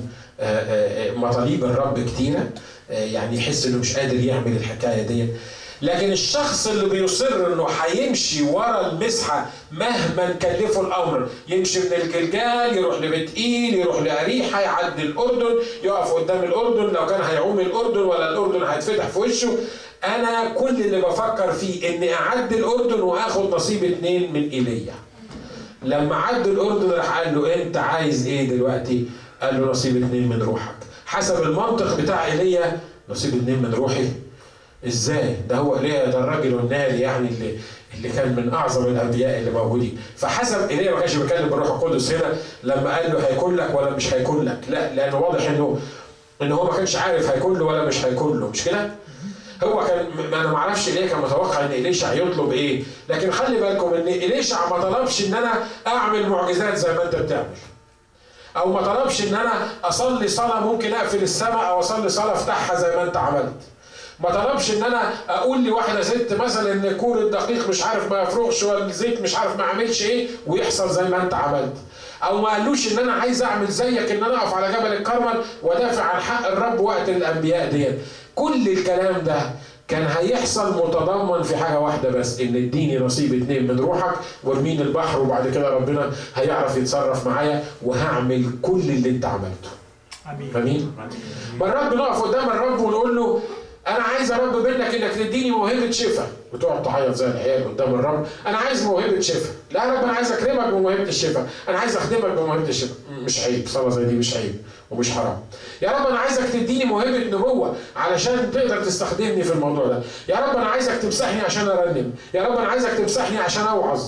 مطالب الرب كتيرة، يعني يحس انه مش قادر يعمل الحكاية دي. لكن الشخص اللي بيصر انه هيمشي ورا المسحة مهما كلفه الامر، يمشي من الجلجال يروح لبيت ايل، يروح لأريحة، يعدي الاردن، يقف قدام الاردن لو كان هيعوم الاردن ولا الاردن هيتفتح في وشه. انا كل اللي بفكر فيه اني اعدي الاردن واخد نصيب 2 من إيليا. لما عدى الاردن راح قال له انت عايز ايه دلوقتي؟ قال له نصيب 2 من روحك. حسب المنطق بتاع إيليا نصيب 2 من روحي ازاي؟ ده هو إيليا ده الراجل الناري يعني اللي كان من اعظم الانبياء اللي موجودين. فحسب إيليا ما كانش بيتكلم بالروح القدس هنا لما قال له هيكون لك ولا مش هيكون لك، لا، لانه واضح انه هو ما كانش عارف هيكون له ولا مش هيكون له، مش كده؟ هو كان، انا ما اعرفش ليه كان متوقع ان إليشع يطلب ايه، لكن خلي بالكم ان إليشع ما طلبش ان انا اعمل معجزات زي ما انت بتعمل، او ما طلبش ان انا اصلي صلاه ممكن اقفل السماء او اصلي صلاه افتحها زي ما انت عملت. ما طلبش ان انا اقول لواحده ست مثلا ان كور الدقيق مش عارف ما يفرغش ولا الزيت مش عارف ما اعملش ايه ويحصل زي ما انت عملت. او ما قالوش ان انا عايز اعمل زيك، ان انا اقف على جبل الكرمل وادافع عن حق الرب وقت الانبياء دي. كل الكلام ده كان هيحصل متضمن في حاجه واحده بس، ان اديني نصيب 2 من روحك وارميني البحر، وبعد كده ربنا هيعرف يتصرف معايا وهعمل كل اللي انت عملته. امين. امين. مرات بنقف قدام الرب ونقول له انا عايز يا رب منك انك تديني موهبه شفاء، وتقعد تعيط زي العيال قدام الرب، انا عايز موهبه شفاء. لا يا رب انا عايز اكرمك بموهبه الشفاء، انا عايز اخدمك بموهبه الشفاء. مش عيب، صلاه زي دي مش عيب ومش حرام. يا رب انا عايزك تديني موهبه نبوه علشان تقدر تستخدمني في الموضوع ده. يا رب انا عايزك تمسحني عشان ارنم. يا رب انا عايزك تمسحني عشان اوعظ.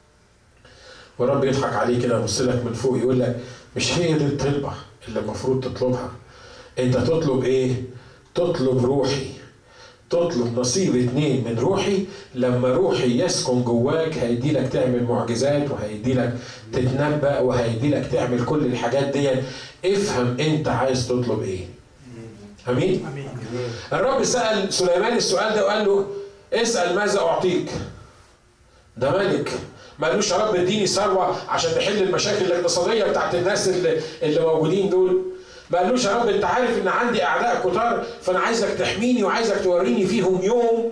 والرب يضحك عليه كده، يبص لك من فوق يقول لك مش هي دي الطلبه اللي المفروض تطلبها. انت تطلب ايه؟ تطلب روحي، تطلب نصيب 2 من روحي. لما روحي يسكن جواك هيدي لك تعمل معجزات، وهيدي لك تتنبأ، وهيدي لك تعمل كل الحاجات دي. افهم انت عايز تطلب ايه. امين. امين. الرب سأل سليمان السؤال ده وقال له اسأل ماذا اعطيك. ده ملك، ما قالوش يا رب اديني ثروه عشان نحل المشاكل الاقتصاديه بتاعت الناس اللي موجودين دول. ما قالوش يا رب انت عارف ان عندي اعداء كتار فانا عايزك تحميني وعايزك توريني فيهم يوم.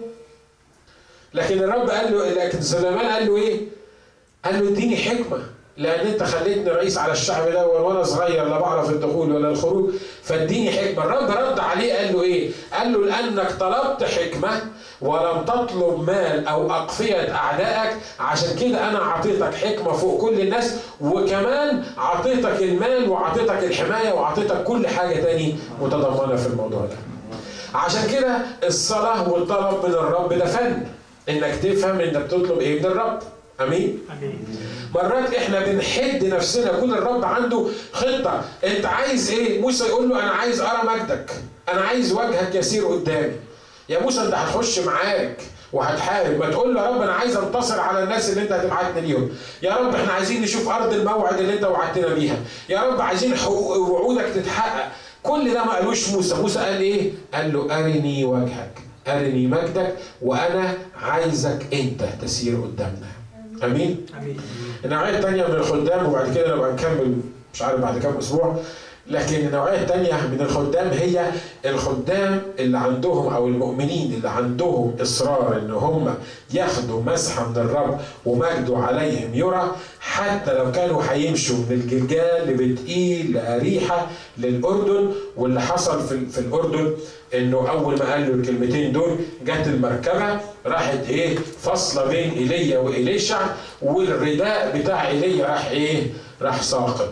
لكن الرب قال له، لكن سليمان قال له ايه؟ قال له اديني حكمه، لان انت خليتني رئيس على الشعب ده وانا صغير لا بعرف الدخول ولا الخروج، فاديني حكمه. الرب رد عليه قال له ايه؟ قال له لانك طلبت حكمه ولم تطلب مال او اقفيه اعدائك، عشان كده انا اعطيتك حكمه فوق كل الناس، وكمان اعطيتك المال واعطيتك الحمايه واعطيتك كل حاجه تاني متضمنه في الموضوع ده. عشان كده الصلاه والطلب من الرب ده فن، انك تفهم انك تطلب ايه من الرب. امين. امين. مرات احنا بنحد نفسنا، كل الرب عنده خطه. انت عايز ايه؟ موسى يقول له انا عايز ارى مجدك، انا عايز وجهك يسير قدامي. يا موسى انت هتخش معارك وهتحارب، ما تقول له يا رب انا عايز انتصر على الناس اللي انت هتبعتني ليهم. يا رب احنا عايزين نشوف ارض الموعد اللي انت وعدتنا بيها. يا رب عايزين وعودك تتحقق. كل ده ما قالوش موسى. موسى قال ايه؟ قال له ارني وجهك، ارني مجدك، وانا عايزك انت تسير قدامنا. امين. امين. النوعيه الثانيه من الخدام، وبعد كده نبقى نكمل مش عارف بعد كام اسبوع، لكن النوعيه الثانيه من الخدام هي الخدام اللي عندهم، او المؤمنين اللي عندهم اصرار ان هم ياخدوا مسحه من الرب ومجده عليهم يرى، حتى لو كانوا هيمشوا من الجلجال لبتقيل لأريحة للأردن. واللي حصل في الأردن انه اول ما قال له الكلمتين دول جت المركبه راحت ايه؟ فاصله بين ايليا وإليشع، والرداء بتاع ايليا راح ايه؟ راح ساقط.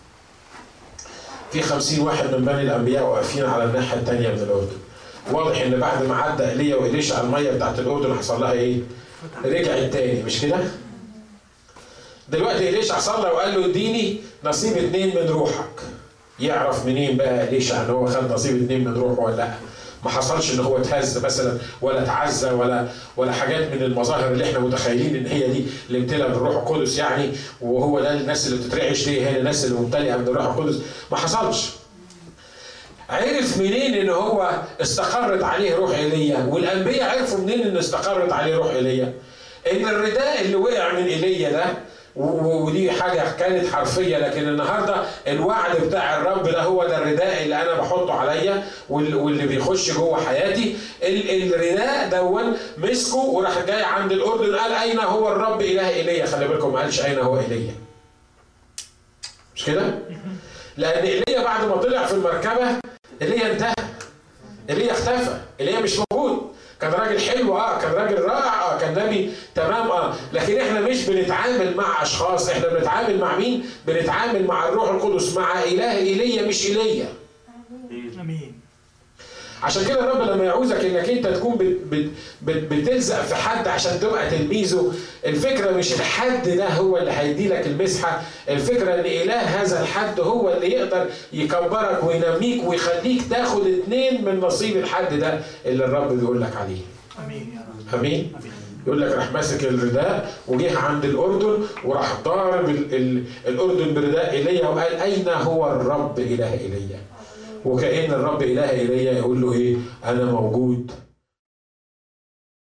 في 50 واحد من بني الانبياء واقفين على الناحيه الثانيه من الاردن. واضح ان بعد ما عدى ايليا وإليشع الميه بتاعت الاردن حصل لها ايه؟ رجعت تاني، مش كده؟ دلوقتي إليشع صلى وقال له اديني نصيب 2 من روحك. يعرف منين بقى إليشع ان هو خد نصيب 2 من روحه ولا لا؟ ما حصلش ان هو اتهز مثلا ولا اتعزى ولا حاجات من المظاهر اللي احنا متخيلين ان هي دي اللي امتلأ بالروح القدس يعني، وهو ده الناس اللي بتترعش دي هي الناس اللي ممتلئه من الروح القدس. ما حصلش. عرف منين ان هو استقرت عليه روح ايليا؟ والانبياء عرفوا منين ان استقرت عليه روح ايليا؟ ان الرداء اللي وقع من ايليا ده، ودي حاجة كانت حرفية، لكن النهاردة الوعد بتاع الرب ده هو ده الرداء اللي أنا بحطه عليا واللي بيخش جوه حياتي. الرداء دون مسكه وراح جاي عند الأردن قال أين هو الرب إله إيليا؟ خلي بالكم ما قالش أين هو إيليا. مش كده؟ لأن إيليا بعد ما طلع في المركبة إيليا انتهى، إيليا اختفى، إيليا مش موجود. كان راجل حلو كان راجل رائع كان نبي تمام لكن احنا مش بنتعامل مع اشخاص، احنا بنتعامل مع مين؟ بنتعامل مع الروح القدس، مع اله ايليا مش ايليا. امين. عشان كده الرب لما يعوزك انك انت تكون بتلزق في حد عشان تبقى تلميذه، الفكره مش الحد ده هو اللي هيدي لك المسحه، الفكره ان اله هذا الحد هو اللي يقدر يكبرك وينميك ويخليك تاخد 2 من نصيب الحد ده اللي الرب بيقول لك عليه. امين يا رب. امين. يقول لك راح ماسك الرداء وجه عند الاردن وراح ضارب الاردن برداء ايليا وقال اين هو الرب اله ايليا؟ وكأن الرب إله إيليا يقول له إيه؟ أنا موجود